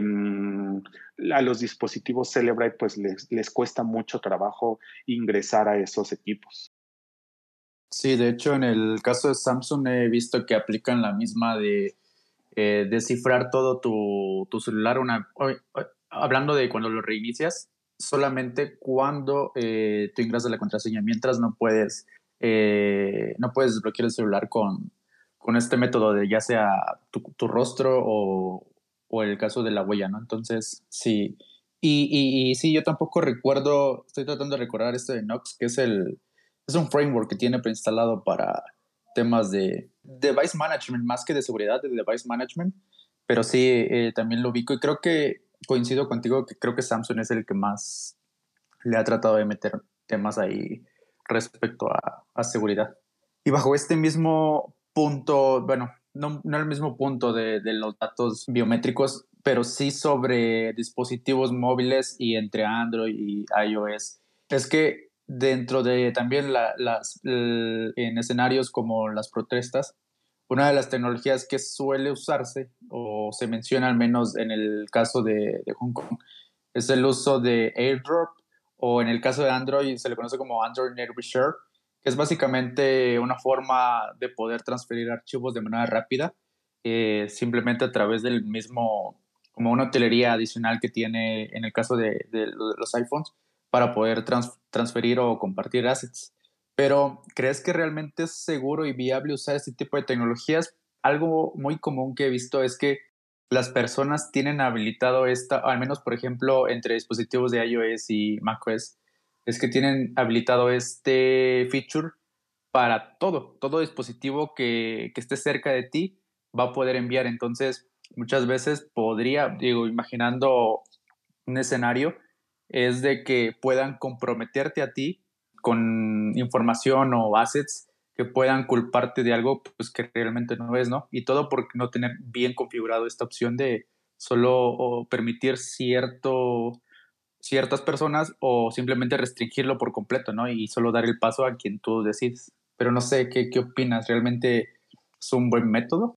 a los dispositivos Celebrite pues les, les cuesta mucho trabajo ingresar a esos equipos. Sí, de hecho en el caso de Samsung he visto que aplican la misma de eh, descifrar todo tu, tu celular, una, hablando de cuando lo reinicias, solamente cuando eh, tú ingresas la contraseña, mientras no puedes, eh, no puedes desbloquear el celular con, con este método de ya sea tu, tu rostro o, o el caso de la huella, ¿no? Entonces, sí. Y, y, y sí, yo tampoco recuerdo, estoy tratando de recordar esto de Knox, que es el, es un framework que tiene preinstalado para temas de device management, más que de seguridad, de device management, pero sí, eh, también lo ubico y creo que coincido contigo que creo que Samsung es el que más le ha tratado de meter temas ahí respecto a, a seguridad. Y bajo este mismo punto, bueno, no, no el mismo punto de, de los datos biométricos, pero sí sobre dispositivos móviles y entre Android y iOS, es que dentro de también la, las, el, en escenarios como las protestas, una de las tecnologías que suele usarse, o se menciona al menos en el caso de, de Hong Kong, es el uso de AirDrop, o en el caso de Android se le conoce como Android Network Share, que es básicamente una forma de poder transferir archivos de manera rápida, eh, simplemente a través del mismo, como una utilería adicional que tiene en el caso de, de, de los iPhones, para poder trans, transferir o compartir assets. Pero, ¿crees que realmente es seguro y viable usar este tipo de tecnologías? Algo muy común que he visto es que las personas tienen habilitado esta, al menos por ejemplo entre dispositivos de iOS y macOS, es que tienen habilitado este feature para todo, todo dispositivo que, que esté cerca de ti va a poder enviar. Entonces, muchas veces podría, digo, imaginando un escenario, es de que puedan comprometerte a ti con información o assets que puedan culparte de algo pues, que realmente no es, ¿no? Y todo por no tener bien configurado esta opción de solo o permitir cierto, ciertas personas o simplemente restringirlo por completo, ¿no? Y solo dar el paso a quien tú decides. Pero no sé, ¿qué, qué opinas? ¿Realmente es un buen método?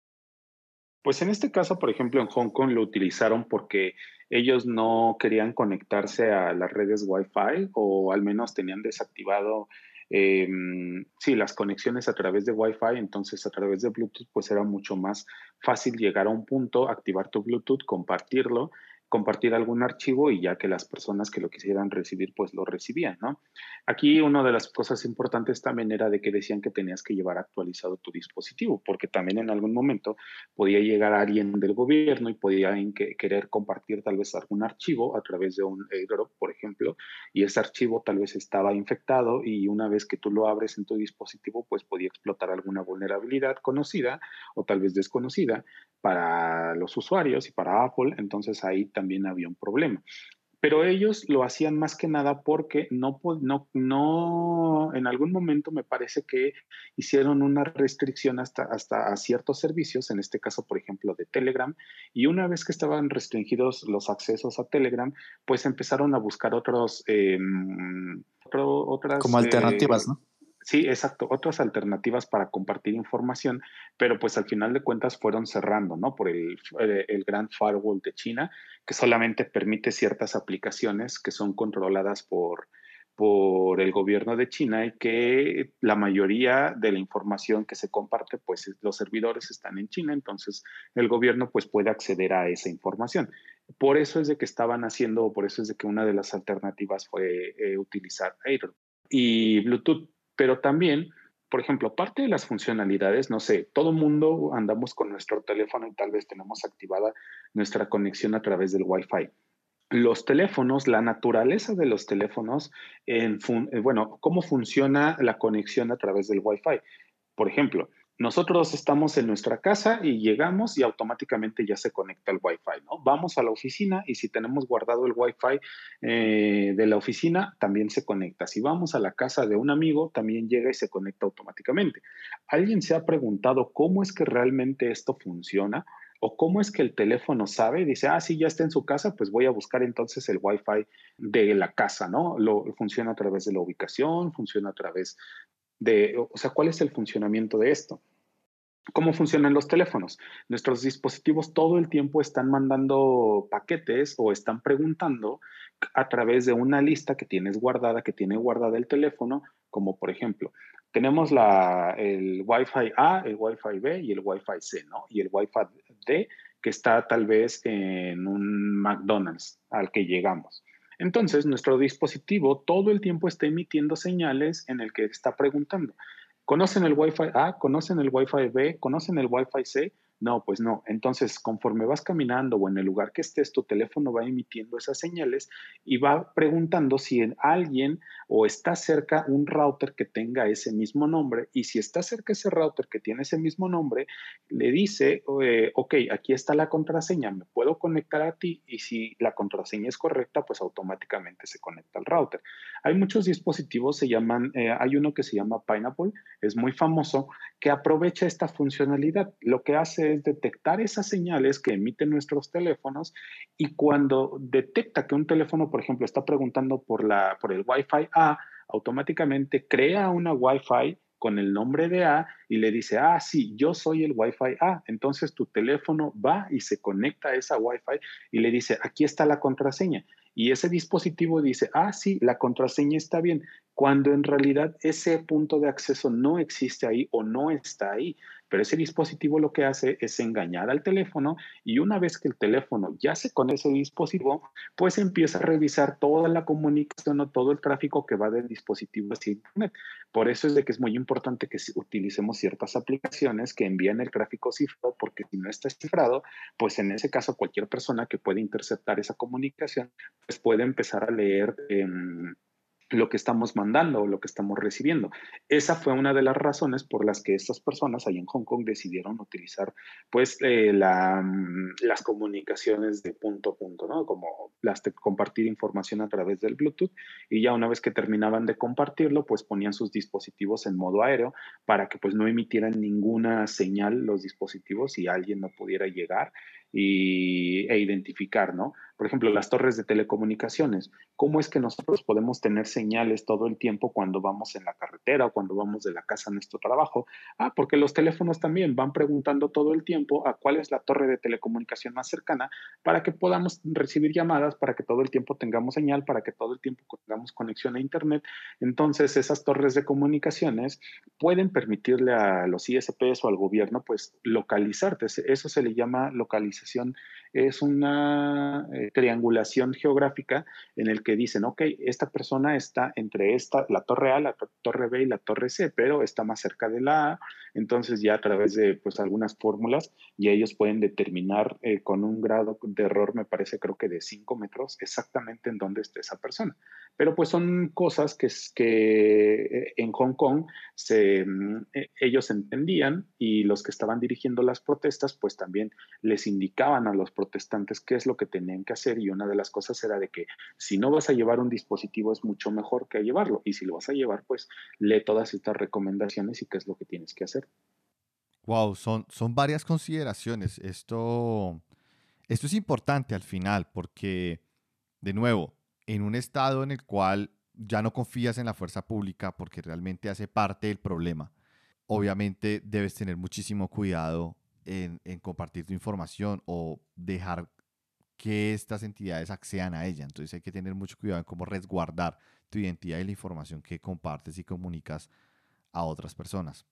Pues en este caso, por ejemplo, en Hong Kong lo utilizaron porque ellos no querían conectarse a las redes Wi-Fi o al menos tenían desactivado, eh, sí, las conexiones a través de Wi-Fi. Entonces, a través de Bluetooth, pues era mucho más fácil llegar a un punto, activar tu Bluetooth, compartirlo, compartir algún archivo y ya que las personas que lo quisieran recibir, pues lo recibían, ¿no? Aquí una de las cosas importantes también era de que decían que tenías que llevar actualizado tu dispositivo, porque también en algún momento podía llegar alguien del gobierno y podía que, querer compartir tal vez algún archivo a través de un airdrop, por ejemplo, y ese archivo tal vez estaba infectado y una vez que tú lo abres en tu dispositivo, pues podía explotar alguna vulnerabilidad conocida o tal vez desconocida para los usuarios y para Apple. Entonces ahí también había un problema. Pero ellos lo hacían más que nada porque no, no, no, en algún momento me parece que hicieron una restricción hasta, hasta a ciertos servicios, en este caso, por ejemplo, de Telegram, y una vez que estaban restringidos los accesos a Telegram, pues empezaron a buscar otros, eh, otro, Como otras, alternativas, eh, ¿no? sí, exacto, otras alternativas para compartir información, pero pues al final de cuentas fueron cerrando, ¿no? Por el, el, el gran firewall de China, que solamente permite ciertas aplicaciones que son controladas por, por el gobierno de China y que la mayoría de la información que se comparte, pues los servidores están en China, entonces el gobierno pues puede acceder a esa información. Por eso es de que estaban haciendo, por eso es de que una de las alternativas fue eh, utilizar Air y Bluetooth, pero también por ejemplo, parte de las funcionalidades, no sé, todo mundo andamos con nuestro teléfono y tal vez tenemos activada nuestra conexión a través del Wi-Fi. Los teléfonos, la naturaleza de los teléfonos, en fun eh, bueno, cómo funciona la conexión a través del Wi-Fi. Por ejemplo, nosotros estamos en nuestra casa y llegamos y automáticamente ya se conecta el Wi-Fi, ¿no? Vamos a la oficina y si tenemos guardado el Wi-Fi eh, de la oficina, también se conecta. Si vamos a la casa de un amigo, también llega y se conecta automáticamente. ¿Alguien se ha preguntado cómo es que realmente esto funciona? ¿O cómo es que el teléfono sabe? Dice, ah, sí, ya está en su casa, pues voy a buscar entonces el Wi-Fi de la casa, ¿no? Lo, funciona a través de la ubicación, funciona a través de, o sea, ¿cuál es el funcionamiento de esto? ¿Cómo funcionan los teléfonos? Nuestros dispositivos todo el tiempo están mandando paquetes o están preguntando a través de una lista que tienes guardada, que tiene guardada el teléfono, como por ejemplo, tenemos la, el Wi-Fi A, el Wi-Fi B y el Wi-Fi C, ¿no? Y el Wi-Fi D que está tal vez en un McDonald's al que llegamos. Entonces, nuestro dispositivo todo el tiempo está emitiendo señales en el que está preguntando. ¿Conocen el Wi-Fi A? ¿Conocen el Wi-Fi B? ¿Conocen el Wi-Fi C? No, pues no. Entonces, conforme vas caminando o en el lugar que estés, tu teléfono va emitiendo esas señales y va preguntando si en alguien o está cerca un router que tenga ese mismo nombre. Y si está cerca ese router que tiene ese mismo nombre, le dice, eh, ok, aquí está la contraseña, me puedo conectar a ti y si la contraseña es correcta, pues automáticamente se conecta al router. Hay muchos dispositivos, se llaman, eh, hay uno que se llama Pineapple, es muy famoso, que aprovecha esta funcionalidad. Lo que hace es detectar esas señales que emiten nuestros teléfonos y cuando detecta que un teléfono, por ejemplo, está preguntando por, la, por el Wi-Fi A, automáticamente crea una Wi-Fi con el nombre de A y le dice, ah, sí, yo soy el Wi-Fi A. Entonces tu teléfono va y se conecta a esa Wi-Fi y le dice, aquí está la contraseña. Y ese dispositivo dice, ah, sí, la contraseña está bien, cuando en realidad ese punto de acceso no existe ahí o no está ahí. Pero ese dispositivo lo que hace es engañar al teléfono y una vez que el teléfono ya se conecta a ese dispositivo, pues empieza a revisar toda la comunicación o todo el tráfico que va del dispositivo hacia Internet. Por eso es de que es muy importante que utilicemos ciertas aplicaciones que envían el tráfico cifrado, porque si no está cifrado, pues en ese caso cualquier persona que pueda interceptar esa comunicación, pues puede empezar a leer eh, lo que estamos mandando o lo que estamos recibiendo. Esa fue una de las razones por las que estas personas ahí en Hong Kong decidieron utilizar pues eh, la, mm, las comunicaciones de punto a punto, ¿no? Como las de compartir información a través del Bluetooth y ya una vez que terminaban de compartirlo, pues ponían sus dispositivos en modo aéreo para que pues no emitieran ninguna señal los dispositivos y alguien no pudiera llegar y, e identificar, ¿no? Por ejemplo, las torres de telecomunicaciones. ¿Cómo es que nosotros podemos tener señales todo el tiempo cuando vamos en la carretera o cuando vamos de la casa a nuestro trabajo? Ah, porque los teléfonos también van preguntando todo el tiempo a cuál es la torre de telecomunicación más cercana para que podamos recibir llamadas, para que todo el tiempo tengamos señal, para que todo el tiempo tengamos conexión a Internet. Entonces, esas torres de comunicaciones pueden permitirle a los I S Ps o al gobierno, pues, localizarte. Eso se le llama localización. Es una eh, triangulación geográfica en el que dicen, ok, esta persona está entre esta, la torre A, la torre B y la torre C, pero está más cerca de la A, entonces ya a través de pues algunas fórmulas y ellos pueden determinar eh, con un grado de error, me parece creo que de cinco metros, exactamente en dónde está esa persona. Pero pues son cosas que, que eh, en Hong Kong se, mm, eh, ellos entendían y los que estaban dirigiendo las protestas pues también les indicaban a los protestantes qué es lo que tenían que hacer y una de las cosas era de que si no vas a llevar un dispositivo es mucho mejor que llevarlo y si lo vas a llevar pues lee todas estas recomendaciones y qué es lo que tienes que hacer. Wow, son, son varias consideraciones. Esto, esto es importante al final porque, de nuevo, en un estado en el cual ya no confías en la fuerza pública porque realmente hace parte del problema, obviamente debes tener muchísimo cuidado en, en compartir tu información o dejar que estas entidades accedan a ella. Entonces hay que tener mucho cuidado en cómo resguardar tu identidad y la información que compartes y comunicas a otras personas.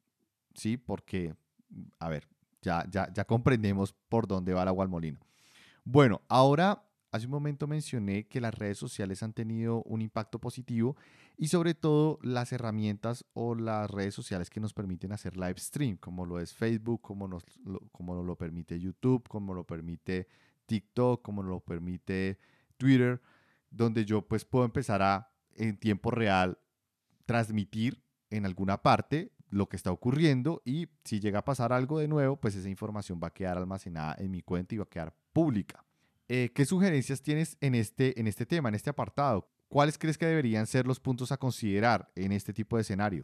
Sí, porque, a ver, ya, ya, ya comprendemos por dónde va el agua al molino. Bueno, ahora, hace un momento mencioné que las redes sociales han tenido un impacto positivo y sobre todo las herramientas o las redes sociales que nos permiten hacer live stream, como lo es Facebook, como nos lo, como nos lo permite YouTube, como lo permite TikTok, como nos lo permite Twitter, donde yo pues puedo empezar a en tiempo real transmitir en alguna parte lo que está ocurriendo y si llega a pasar algo de nuevo, pues esa información va a quedar almacenada en mi cuenta y va a quedar pública. Eh, ¿Qué sugerencias tienes en este, en este tema, en este apartado? ¿Cuáles crees que deberían ser los puntos a considerar en este tipo de escenario?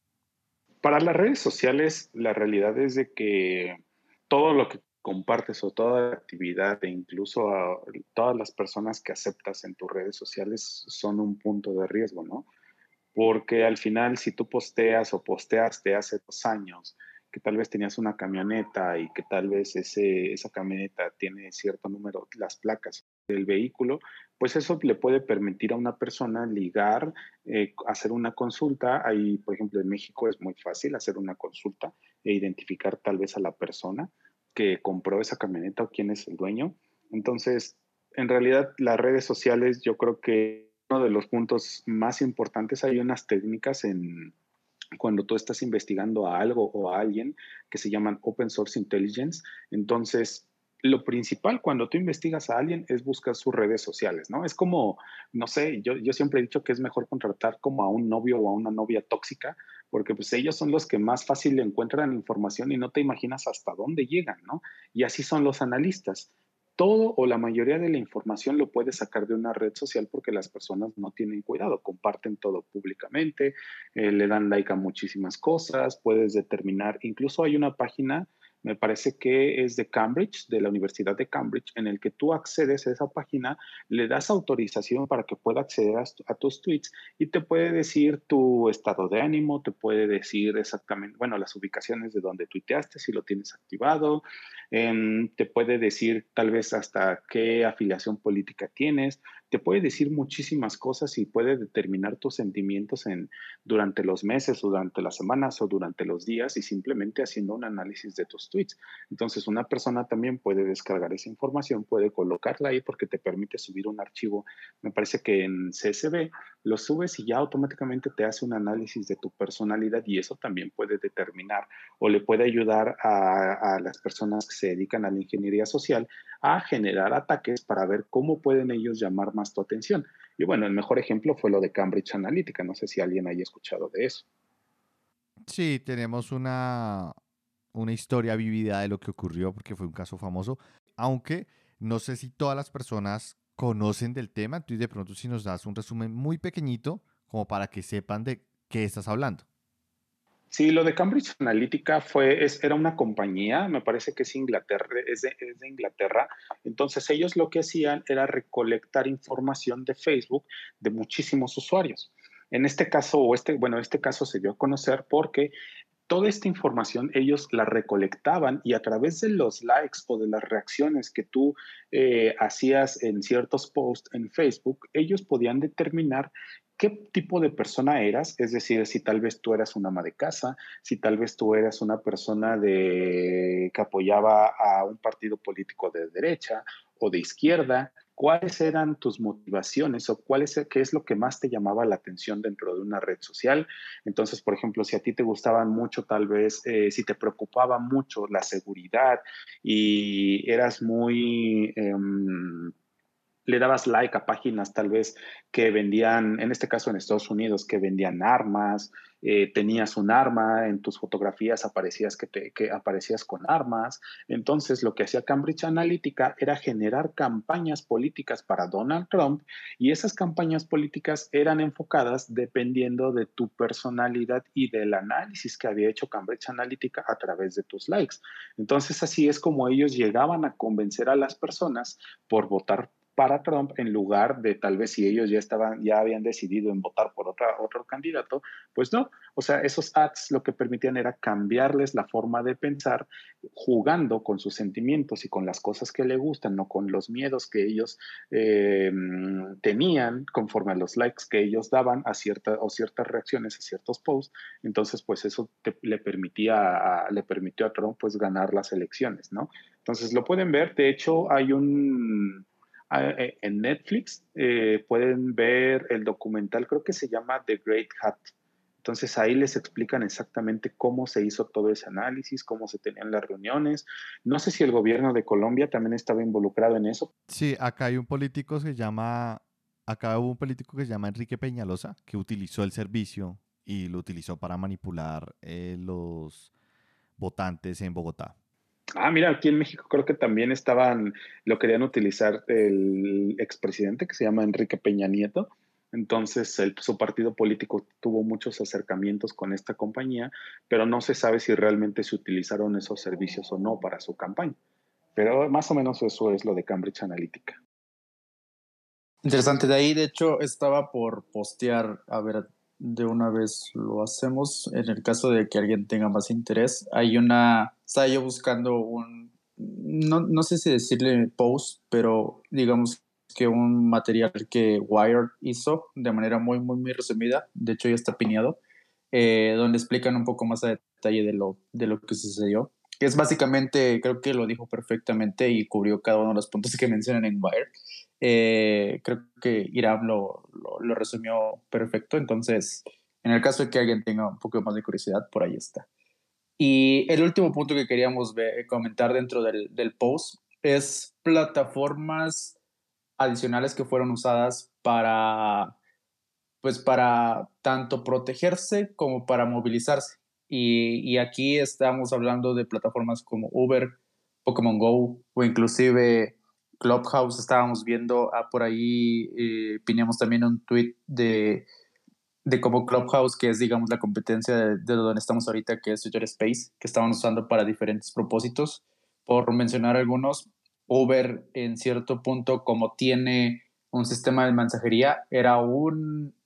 Para las redes sociales, la realidad es de que todo lo que compartes o toda la actividad e incluso a todas las personas que aceptas en tus redes sociales son un punto de riesgo, ¿no? Porque al final, si tú posteas o posteaste hace dos años que tal vez tenías una camioneta y que tal vez ese, esa camioneta tiene cierto número, las placas del vehículo, pues eso le puede permitir a una persona ligar, eh, hacer una consulta. Ahí, por ejemplo, en México es muy fácil hacer una consulta e identificar tal vez a la persona que compró esa camioneta o quién es el dueño. Entonces, en realidad, las redes sociales yo creo que uno de los puntos más importantes, hay unas técnicas en cuando tú estás investigando a algo o a alguien que se llaman Open Source Intelligence. Entonces, lo principal cuando tú investigas a alguien es buscar sus redes sociales, ¿no? Es como, no sé, yo, yo siempre he dicho que es mejor contratar como a un novio o a una novia tóxica, porque pues ellos son los que más fácil encuentran información y no te imaginas hasta dónde llegan, ¿no? Y así son los analistas. Todo o la mayoría de la información lo puedes sacar de una red social porque las personas no tienen cuidado, comparten todo públicamente, eh, le dan like a muchísimas cosas, puedes determinar, incluso hay una página, me parece que es de Cambridge, de la Universidad de Cambridge, en el que tú accedes a esa página, le das autorización para que pueda acceder a, a tus tweets y te puede decir tu estado de ánimo, te puede decir exactamente, bueno, las ubicaciones de donde tuiteaste, si lo tienes activado, eh, te puede decir tal vez hasta qué afiliación política tienes, te puede decir muchísimas cosas y puede determinar tus sentimientos en, durante los meses, o durante las semanas o durante los días y simplemente haciendo un análisis de tus tweets. Entonces, una persona también puede descargar esa información, puede colocarla ahí porque te permite subir un archivo. Me parece que en C S V lo subes y ya automáticamente te hace un análisis de tu personalidad y eso también puede determinar o le puede ayudar a, a las personas que se dedican a la ingeniería social a generar ataques para ver cómo pueden ellos llamar más tu atención. Y bueno, el mejor ejemplo fue lo de Cambridge Analytica. No sé si alguien haya escuchado de eso. Sí, tenemos una, una historia vivida de lo que ocurrió porque fue un caso famoso, aunque no sé si todas las personas conocen del tema, entonces de pronto si nos das un resumen muy pequeñito como para que sepan de qué estás hablando. Sí, lo de Cambridge Analytica fue, es, era una compañía, me parece que es Inglaterra, es de, es de Inglaterra. Entonces ellos lo que hacían era recolectar información de Facebook de muchísimos usuarios. En este caso, o este, bueno, este caso se dio a conocer porque toda esta información ellos la recolectaban y a través de los likes o de las reacciones que tú eh, hacías en ciertos posts en Facebook, ellos podían determinar qué tipo de persona eras, es decir, si tal vez tú eras una ama de casa, si tal vez tú eras una persona de, que apoyaba a un partido político de derecha o de izquierda, cuáles eran tus motivaciones o cuál es, qué es lo que más te llamaba la atención dentro de una red social. Entonces, por ejemplo, si a ti te gustaban mucho, tal vez, eh, si te preocupaba mucho la seguridad y eras muy... Eh, le dabas like a páginas tal vez que vendían, en este caso en Estados Unidos, que vendían armas, eh, tenías un arma, en tus fotografías aparecías que, te, que aparecías con armas. Entonces lo que hacía Cambridge Analytica era generar campañas políticas para Donald Trump y esas campañas políticas eran enfocadas dependiendo de tu personalidad y del análisis que había hecho Cambridge Analytica a través de tus likes. Entonces así es como ellos llegaban a convencer a las personas por votar para Trump en lugar de tal vez si ellos ya estaban, ya habían decidido en votar por otra, otro candidato, pues no. O sea, esos ads lo que permitían era cambiarles la forma de pensar jugando con sus sentimientos y con las cosas que le gustan, no con los miedos que ellos eh, tenían conforme a los likes que ellos daban a ciertas o ciertas reacciones a ciertos posts. Entonces, pues eso te, le permitía a, le permitió a Trump pues ganar las elecciones, ¿no? Entonces lo pueden ver. De hecho, hay un en Netflix eh, pueden ver el documental, creo que se llama The Great Hat. Entonces ahí les explican exactamente cómo se hizo todo ese análisis, cómo se tenían las reuniones. No sé si el gobierno de Colombia también estaba involucrado en eso. Sí, acá hay un político que se llama, acá hubo un político que se llama Enrique Peñalosa, que utilizó el servicio y lo utilizó para manipular eh, los votantes en Bogotá. Ah, mira, aquí en México creo que también estaban, lo querían utilizar el expresidente que se llama Enrique Peña Nieto. Entonces, el, su partido político tuvo muchos acercamientos con esta compañía, pero no se sabe si realmente se utilizaron esos servicios o no para su campaña. Pero más o menos eso es lo de Cambridge Analytica. Interesante. De ahí, de hecho, estaba por postear, a ver, de una vez lo hacemos. En el caso de que alguien tenga más interés, hay una, estaba yo buscando un, no, no sé si decirle post, pero digamos que un material que Wired hizo de manera muy, muy, muy resumida. De hecho, ya está pineado, eh, donde explican un poco más a detalle de lo, de lo que sucedió. Que es básicamente, creo que lo dijo perfectamente y cubrió cada uno de los puntos que mencionan en Wired. Eh, creo que Irán lo, lo, lo, resumió perfecto. Entonces, en el caso de que alguien tenga un poco más de curiosidad, por ahí está. Y el último punto que queríamos ver, comentar dentro del, del post es plataformas adicionales que fueron usadas para, pues para tanto protegerse como para movilizarse. Y, y aquí estamos hablando de plataformas como Uber, Pokémon Go o inclusive Clubhouse. Estábamos viendo ah, por ahí, eh, pineamos también un tweet de, de cómo Clubhouse, que es digamos la competencia de, de donde estamos ahorita, que es Twitter Space, que estaban usando para diferentes propósitos. Por mencionar algunos, Uber en cierto punto, como tiene un sistema de mensajería, era un,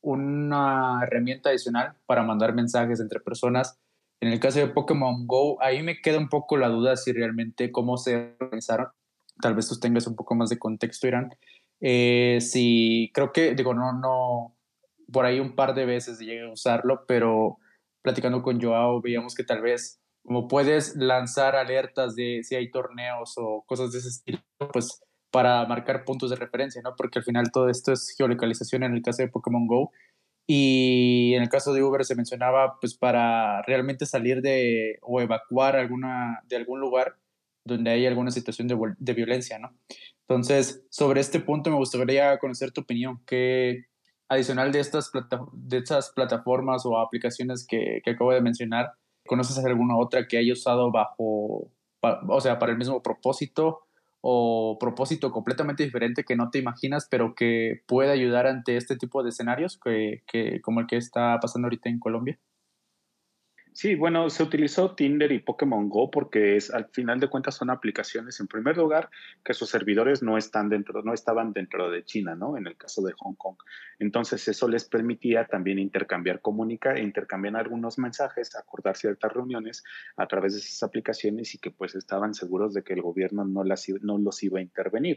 una herramienta adicional para mandar mensajes entre personas. En el caso de Pokémon Go, ahí me queda un poco la duda si realmente cómo se organizaron. Tal vez tú tengas un poco más de contexto, Irán. Eh, si creo que, digo, no, no, por ahí un par de veces llegué a usarlo, pero platicando con Joao veíamos que tal vez como puedes lanzar alertas de si hay torneos o cosas de ese estilo, pues para marcar puntos de referencia, ¿no? Porque al final todo esto es geolocalización en el caso de Pokémon Go. Y en el caso de Uber se mencionaba, pues para realmente salir de o evacuar alguna, de algún lugar donde hay alguna situación de, de violencia, ¿no? Entonces, sobre este punto me gustaría conocer tu opinión. ¿Qué, adicional de estas, plata, de estas plataformas o aplicaciones que, que acabo de mencionar, conoces alguna otra que haya usado bajo, pa, o sea, para el mismo propósito o propósito completamente diferente que no te imaginas, pero que puede ayudar ante este tipo de escenarios que, que, como el que está pasando ahorita en Colombia? Sí, bueno, se utilizó Tinder y Pokémon Go porque es, al final de cuentas son aplicaciones, en primer lugar, que sus servidores no están dentro, no estaban dentro de China, ¿no? En el caso de Hong Kong. Entonces, eso les permitía también intercambiar comunica, intercambiar algunos mensajes, acordar ciertas reuniones a través de esas aplicaciones y que pues estaban seguros de que el gobierno no, las, no los iba a intervenir.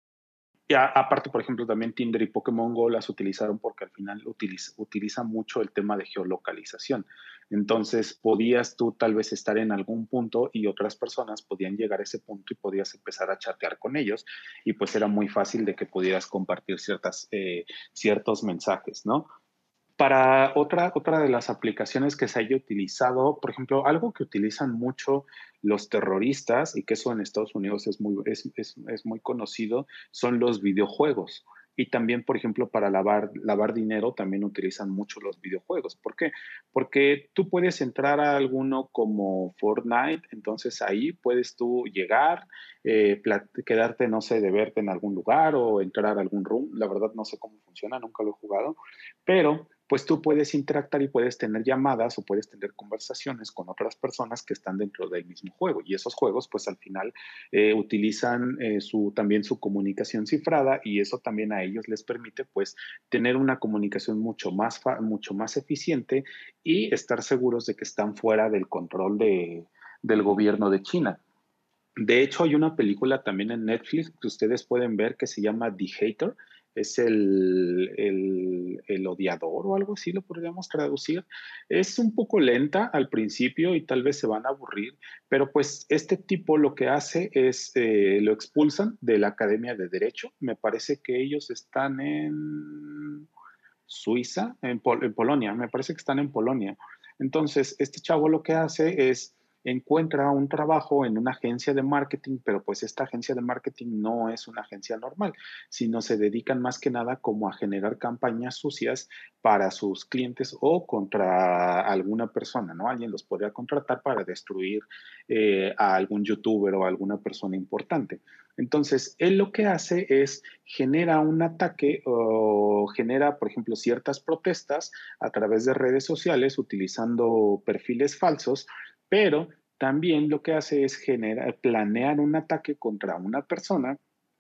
Y a, aparte, por ejemplo, también Tinder y Pokémon Go las utilizaron porque al final utiliza, utiliza mucho el tema de geolocalización. Entonces, podías tú tal vez estar en algún punto y otras personas podían llegar a ese punto y podías empezar a chatear con ellos y pues era muy fácil de que pudieras compartir ciertas, eh, ciertos mensajes, ¿no? Para otra, otra de las aplicaciones que se haya utilizado, por ejemplo, algo que utilizan mucho los terroristas y que eso en Estados Unidos es muy, es, es, es muy conocido, son los videojuegos. Y también, por ejemplo, para lavar, lavar dinero también utilizan mucho los videojuegos. ¿Por qué? Porque tú puedes entrar a alguno como Fortnite, entonces ahí puedes tú llegar, eh, quedarte, no sé, de verte en algún lugar o entrar a algún room. La verdad no sé cómo funciona, nunca lo he jugado, pero pues tú puedes interactuar y puedes tener llamadas o puedes tener conversaciones con otras personas que están dentro del mismo juego. Y esos juegos, pues al final eh, utilizan eh, su, también su comunicación cifrada y eso también a ellos les permite pues tener una comunicación mucho más, mucho más eficiente y estar seguros de que están fuera del control de, del gobierno de China. De hecho, hay una película también en Netflix que ustedes pueden ver que se llama The Hater. Es el, el, el odiador o algo así lo podríamos traducir. Es un poco lenta al principio y tal vez se van a aburrir, pero pues este tipo lo que hace es, eh, lo expulsan de la Academia de Derecho. Me parece que ellos están en Suiza, en, Pol en Polonia, me parece que están en Polonia. Entonces, este chavo lo que hace es encuentra un trabajo en una agencia de marketing, pero pues esta agencia de marketing no es una agencia normal, sino se dedican más que nada como a generar campañas sucias para sus clientes o contra alguna persona, ¿no? Alguien los podría contratar para destruir eh, a algún youtuber o a alguna persona importante. Entonces, él lo que hace es genera un ataque o genera, por ejemplo, ciertas protestas a través de redes sociales utilizando perfiles falsos, pero también lo que hace es generar, planear un ataque contra una persona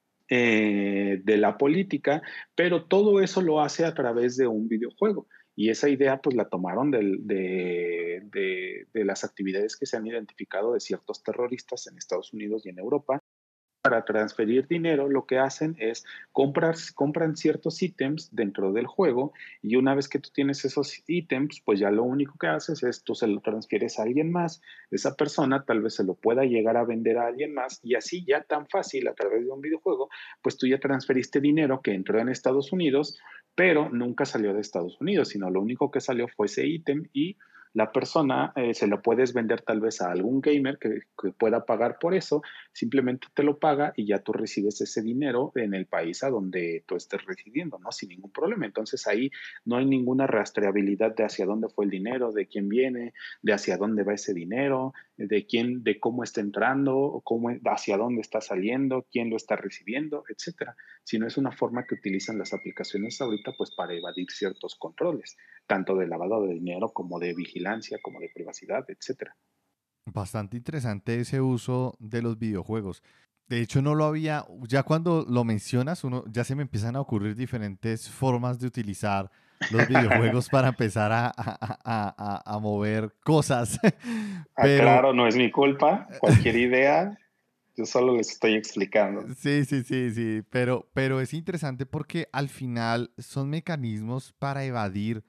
eh, de la política, pero todo eso lo hace a través de un videojuego. Y esa idea pues la tomaron del, de, de, de las actividades que se han identificado de ciertos terroristas en Estados Unidos y en Europa. Para transferir dinero, lo que hacen es comprar, compran ciertos ítems dentro del juego y una vez que tú tienes esos ítems, pues ya lo único que haces es tú se lo transfieres a alguien más, esa persona tal vez se lo pueda llegar a vender a alguien más y así ya tan fácil a través de un videojuego, pues tú ya transferiste dinero que entró en Estados Unidos, pero nunca salió de Estados Unidos, sino lo único que salió fue ese ítem y la persona eh, se lo puedes vender tal vez a algún gamer que, que pueda pagar por eso, simplemente te lo paga y ya tú recibes ese dinero en el país a donde tú estés residiendo, ¿no? Sin ningún problema. Entonces ahí no hay ninguna rastreabilidad de hacia dónde fue el dinero, de quién viene, de hacia dónde va ese dinero, de quién, de cómo está entrando, cómo, hacia dónde está saliendo, quién lo está recibiendo, etcétera. Sino es una forma que utilizan las aplicaciones ahorita pues para evadir ciertos controles, tanto de lavado de dinero como de vigilancia, como de privacidad, etcétera. Bastante interesante ese uso de los videojuegos. De hecho, no lo había, ya cuando lo mencionas, uno, ya se me empiezan a ocurrir diferentes formas de utilizar los videojuegos para empezar a, a, a, a, a mover cosas. Ah, Pero claro, no es mi culpa. Cualquier idea, yo solo les estoy explicando. sí, sí, sí, sí, pero, pero es interesante porque al final son mecanismos para evadir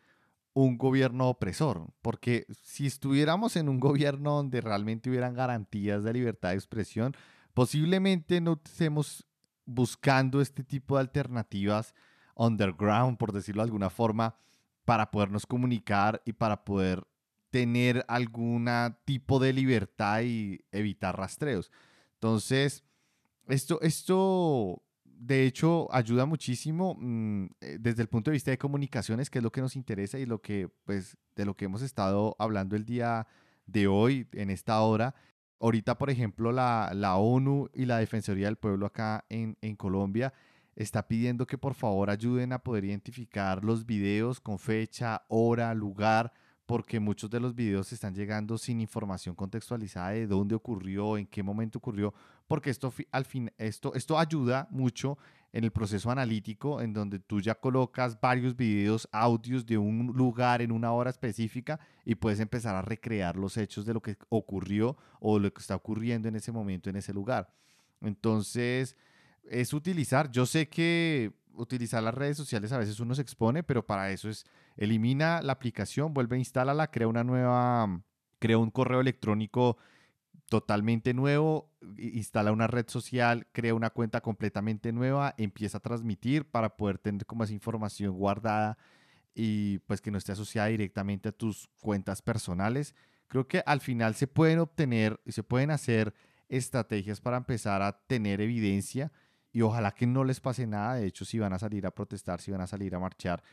un gobierno opresor, porque si estuviéramos en un gobierno donde realmente hubieran garantías de libertad de expresión, posiblemente no estemos buscando este tipo de alternativas underground, por decirlo de alguna forma, para podernos comunicar y para poder tener algún tipo de libertad y evitar rastreos. Entonces, esto, esto de hecho ayuda muchísimo mm, eh, desde el punto de vista de comunicaciones, que es lo que nos interesa y lo que, pues, de lo que hemos estado hablando el día de hoy, en esta hora. Ahorita, por ejemplo, la, la ONU y la Defensoría del Pueblo acá en, en Colombia está pidiendo que por favor ayuden a poder identificar los videos con fecha, hora, lugar, porque muchos de los videos están llegando sin información contextualizada de dónde ocurrió, en qué momento ocurrió, porque esto al fin, esto, esto ayuda mucho en el proceso analítico, en donde tú ya colocas varios videos, audios de un lugar en una hora específica y puedes empezar a recrear los hechos de lo que ocurrió o lo que está ocurriendo en ese momento en ese lugar. Entonces, es utilizar, yo sé que utilizar las redes sociales a veces uno se expone, pero para eso es, elimina la aplicación, vuelve a instalarla, crea una nueva, crea un correo electrónico totalmente nuevo, instala una red social, crea una cuenta completamente nueva, empieza a transmitir para poder tener como esa información guardada y pues que no esté asociada directamente a tus cuentas personales. Creo que al final se pueden obtener y se pueden hacer estrategias para empezar a tener evidencia y ojalá que no les pase nada. De hecho, si van a salir a protestar, si van a salir a marchar,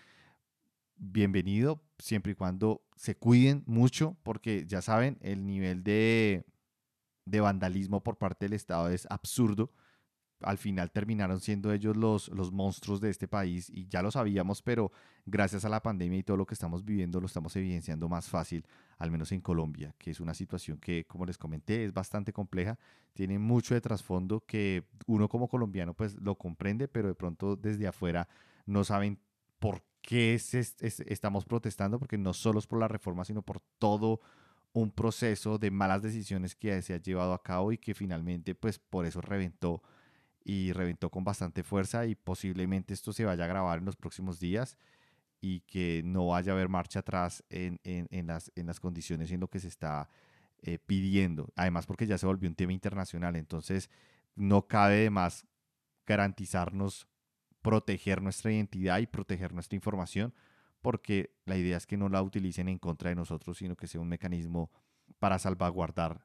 bienvenido, siempre y cuando se cuiden mucho, porque ya saben, el nivel de, de vandalismo por parte del Estado es absurdo. Al final terminaron siendo ellos los, los monstruos de este país y ya lo sabíamos, pero gracias a la pandemia y todo lo que estamos viviendo lo estamos evidenciando más fácil, al menos en Colombia, que es una situación que, como les comenté, es bastante compleja, tiene mucho de trasfondo que uno como colombiano pues lo comprende, pero de pronto desde afuera no saben por qué es, es, es, estamos protestando, porque no solo es por la reforma, sino por todo un proceso de malas decisiones que se ha llevado a cabo y que finalmente pues por eso reventó y reventó con bastante fuerza y posiblemente esto se vaya a grabar en los próximos días y que no vaya a haber marcha atrás en, en, en las, en las condiciones en lo que se está eh, pidiendo. Además porque ya se volvió un tema internacional, entonces no cabe de más garantizarnos proteger nuestra identidad y proteger nuestra información, porque la idea es que no la utilicen en contra de nosotros, sino que sea un mecanismo para salvaguardar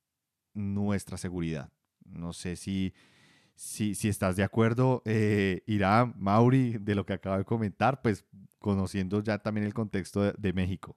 nuestra seguridad. No sé si si, si estás de acuerdo, eh, Irán, Mauri, de lo que acabo de comentar, pues conociendo ya también el contexto de, de México.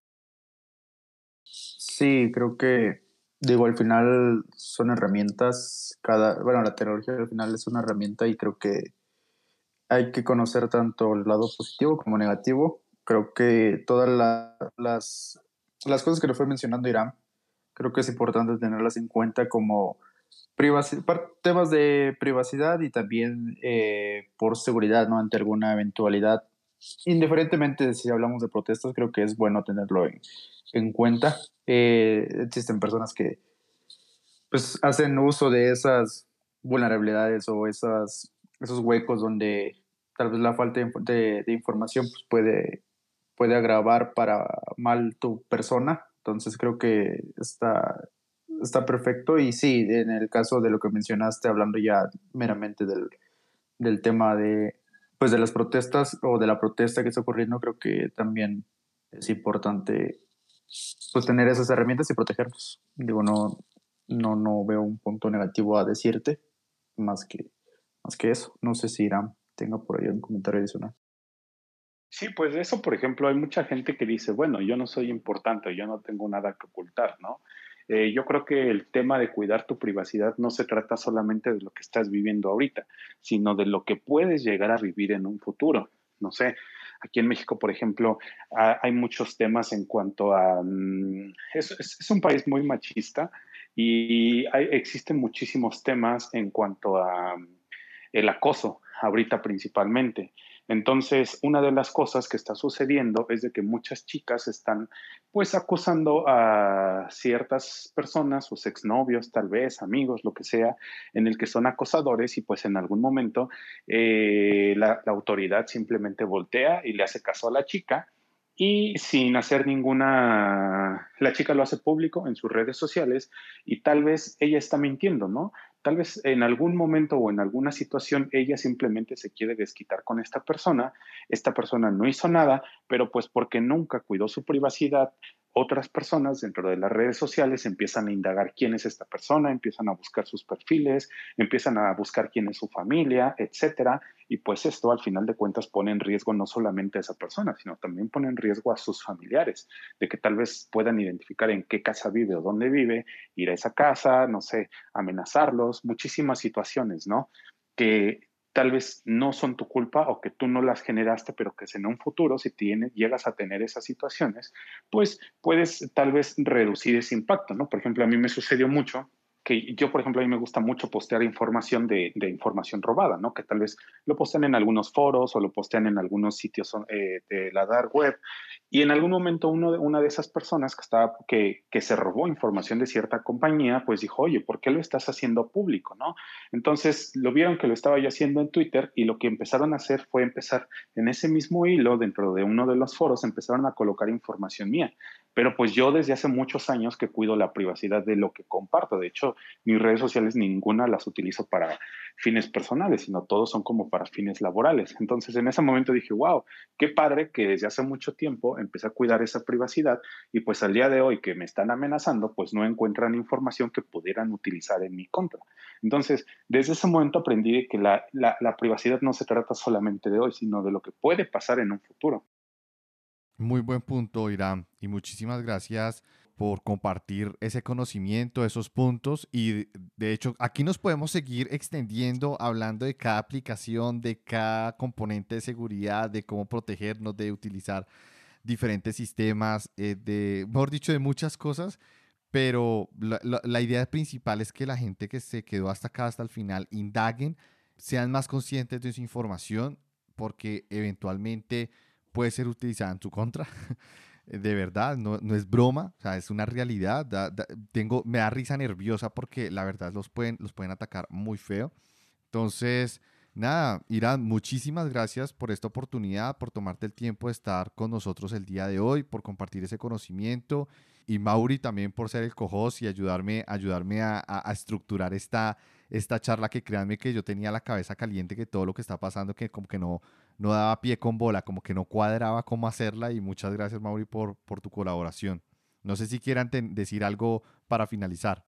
Sí, creo que, digo, al final son herramientas, cada, bueno, la tecnología al final es una herramienta y creo que hay que conocer tanto el lado positivo como negativo. Creo que todas la- las, las cosas que le fue mencionando Irán, creo que es importante tenerlas en cuenta como privaci- par- temas de privacidad y también eh, por seguridad, ¿no? Ante alguna eventualidad. Indiferentemente de si hablamos de protestas, creo que es bueno tenerlo en, en cuenta. Eh, existen personas que pues hacen uso de esas vulnerabilidades o esas, esos huecos donde tal vez la falta de, inf- de- de información pues puede, puede agravar para mal tu persona. Entonces creo que está, está perfecto. Y sí, en el caso de lo que mencionaste, hablando ya meramente del, del tema de, pues de las protestas o de la protesta que está ocurriendo, creo que también es importante pues tener esas herramientas y protegernos. Digo, no, no, no veo un punto negativo a decirte más que, más que eso. No sé si Irán tenga por ahí un comentario adicional. Sí, pues de eso, por ejemplo, hay mucha gente que dice, bueno, yo no soy importante, yo no tengo nada que ocultar, ¿no? Eh, yo creo que el tema de cuidar tu privacidad no se trata solamente de lo que estás viviendo ahorita, sino de lo que puedes llegar a vivir en un futuro. No sé, aquí en México, por ejemplo, ha- hay muchos temas en cuanto a... mm, es, es- es un país muy machista y hay- existen muchísimos temas en cuanto a mm, el acoso, ahorita principalmente. Entonces, una de las cosas que está sucediendo es de que muchas chicas están pues acusando a ciertas personas, sus exnovios, tal vez, amigos, lo que sea, en el que son acosadores y pues en algún momento eh, la, la autoridad simplemente voltea y le hace caso a la chica y sin hacer ninguna, la chica lo hace público en sus redes sociales y tal vez ella está mintiendo, ¿no? Tal vez en algún momento o en alguna situación ella simplemente se quiere desquitar con esta persona, esta persona no hizo nada, pero pues porque nunca cuidó su privacidad, otras personas dentro de las redes sociales empiezan a indagar quién es esta persona, empiezan a buscar sus perfiles, empiezan a buscar quién es su familia, etcétera, y pues esto al final de cuentas pone en riesgo no solamente a esa persona, sino también pone en riesgo a sus familiares, de que tal vez puedan identificar en qué casa vive o dónde vive, ir a esa casa, no sé, amenazarlos, muchísimas situaciones, ¿no? Que tal vez no son tu culpa o que tú no las generaste, pero que en un futuro, si tienes, llegas a tener esas situaciones, pues puedes tal vez reducir ese impacto, ¿no? Por ejemplo, a mí me sucedió mucho que yo, por ejemplo, a mí me gusta mucho postear información de, de información robada, ¿no? Que tal vez lo postean en algunos foros o lo postean en algunos sitios eh, de la dark web. Y en algún momento uno de, una de esas personas que, estaba, que, que se robó información de cierta compañía, pues dijo, oye, ¿por qué lo estás haciendo público, no? Entonces lo vieron que lo estaba yo haciendo en Twitter y lo que empezaron a hacer fue empezar en ese mismo hilo, dentro de uno de los foros, empezaron a colocar información mía. Pero pues yo desde hace muchos años que cuido la privacidad de lo que comparto. De hecho, mis redes sociales ninguna las utilizo para fines personales, sino todos son como para fines laborales. Entonces en ese momento dije, wow, qué padre que desde hace mucho tiempo empecé a cuidar esa privacidad y pues al día de hoy que me están amenazando, pues no encuentran información que pudieran utilizar en mi contra. Entonces, desde ese momento aprendí que la, la, la privacidad no se trata solamente de hoy, sino de lo que puede pasar en un futuro. Muy buen punto, Irán, y muchísimas gracias por compartir ese conocimiento, esos puntos. Y de hecho, aquí nos podemos seguir extendiendo hablando de cada aplicación, de cada componente de seguridad, de cómo protegernos, de utilizar diferentes sistemas, eh, de, mejor dicho, de muchas cosas. Pero la, la- la idea principal es que la gente que se quedó hasta acá, hasta el final, indaguen, sean más conscientes de su información, porque eventualmente puede ser utilizada en su contra. De verdad, no, no es broma, o sea, es una realidad. Da- da- tengo, me da risa nerviosa porque la verdad los pueden, los pueden atacar muy feo. Entonces, nada, Irán, muchísimas gracias por esta oportunidad, por tomarte el tiempo de estar con nosotros el día de hoy, por compartir ese conocimiento. Y Mauri también por ser el co-host y ayudarme, ayudarme a, a- a estructurar esta, esta charla que créanme que yo tenía la cabeza caliente, que todo lo que está pasando, que como que no, no daba pie con bola, como que no cuadraba cómo hacerla. Y muchas gracias, Mauri, por, por tu colaboración. No sé si quieran ten- decir algo para finalizar.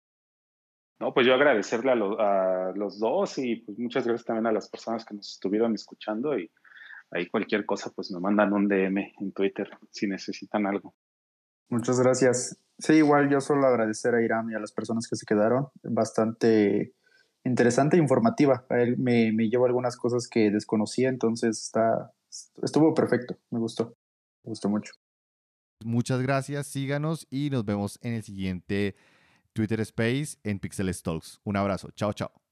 No, pues yo agradecerle a, lo- a los dos y pues muchas gracias también a las personas que nos estuvieron escuchando y ahí cualquier cosa pues me mandan un D M en Twitter si necesitan algo. Muchas gracias. Sí, igual yo solo agradecer a Irán y a las personas que se quedaron. Bastante interesante e informativa. A él me, me llevo algunas cosas que desconocía, entonces está, estuvo perfecto. Me gustó. Me gustó mucho. Muchas gracias, síganos y nos vemos en el siguiente Twitter Space en Pixel Talks. Un abrazo, chao, chao.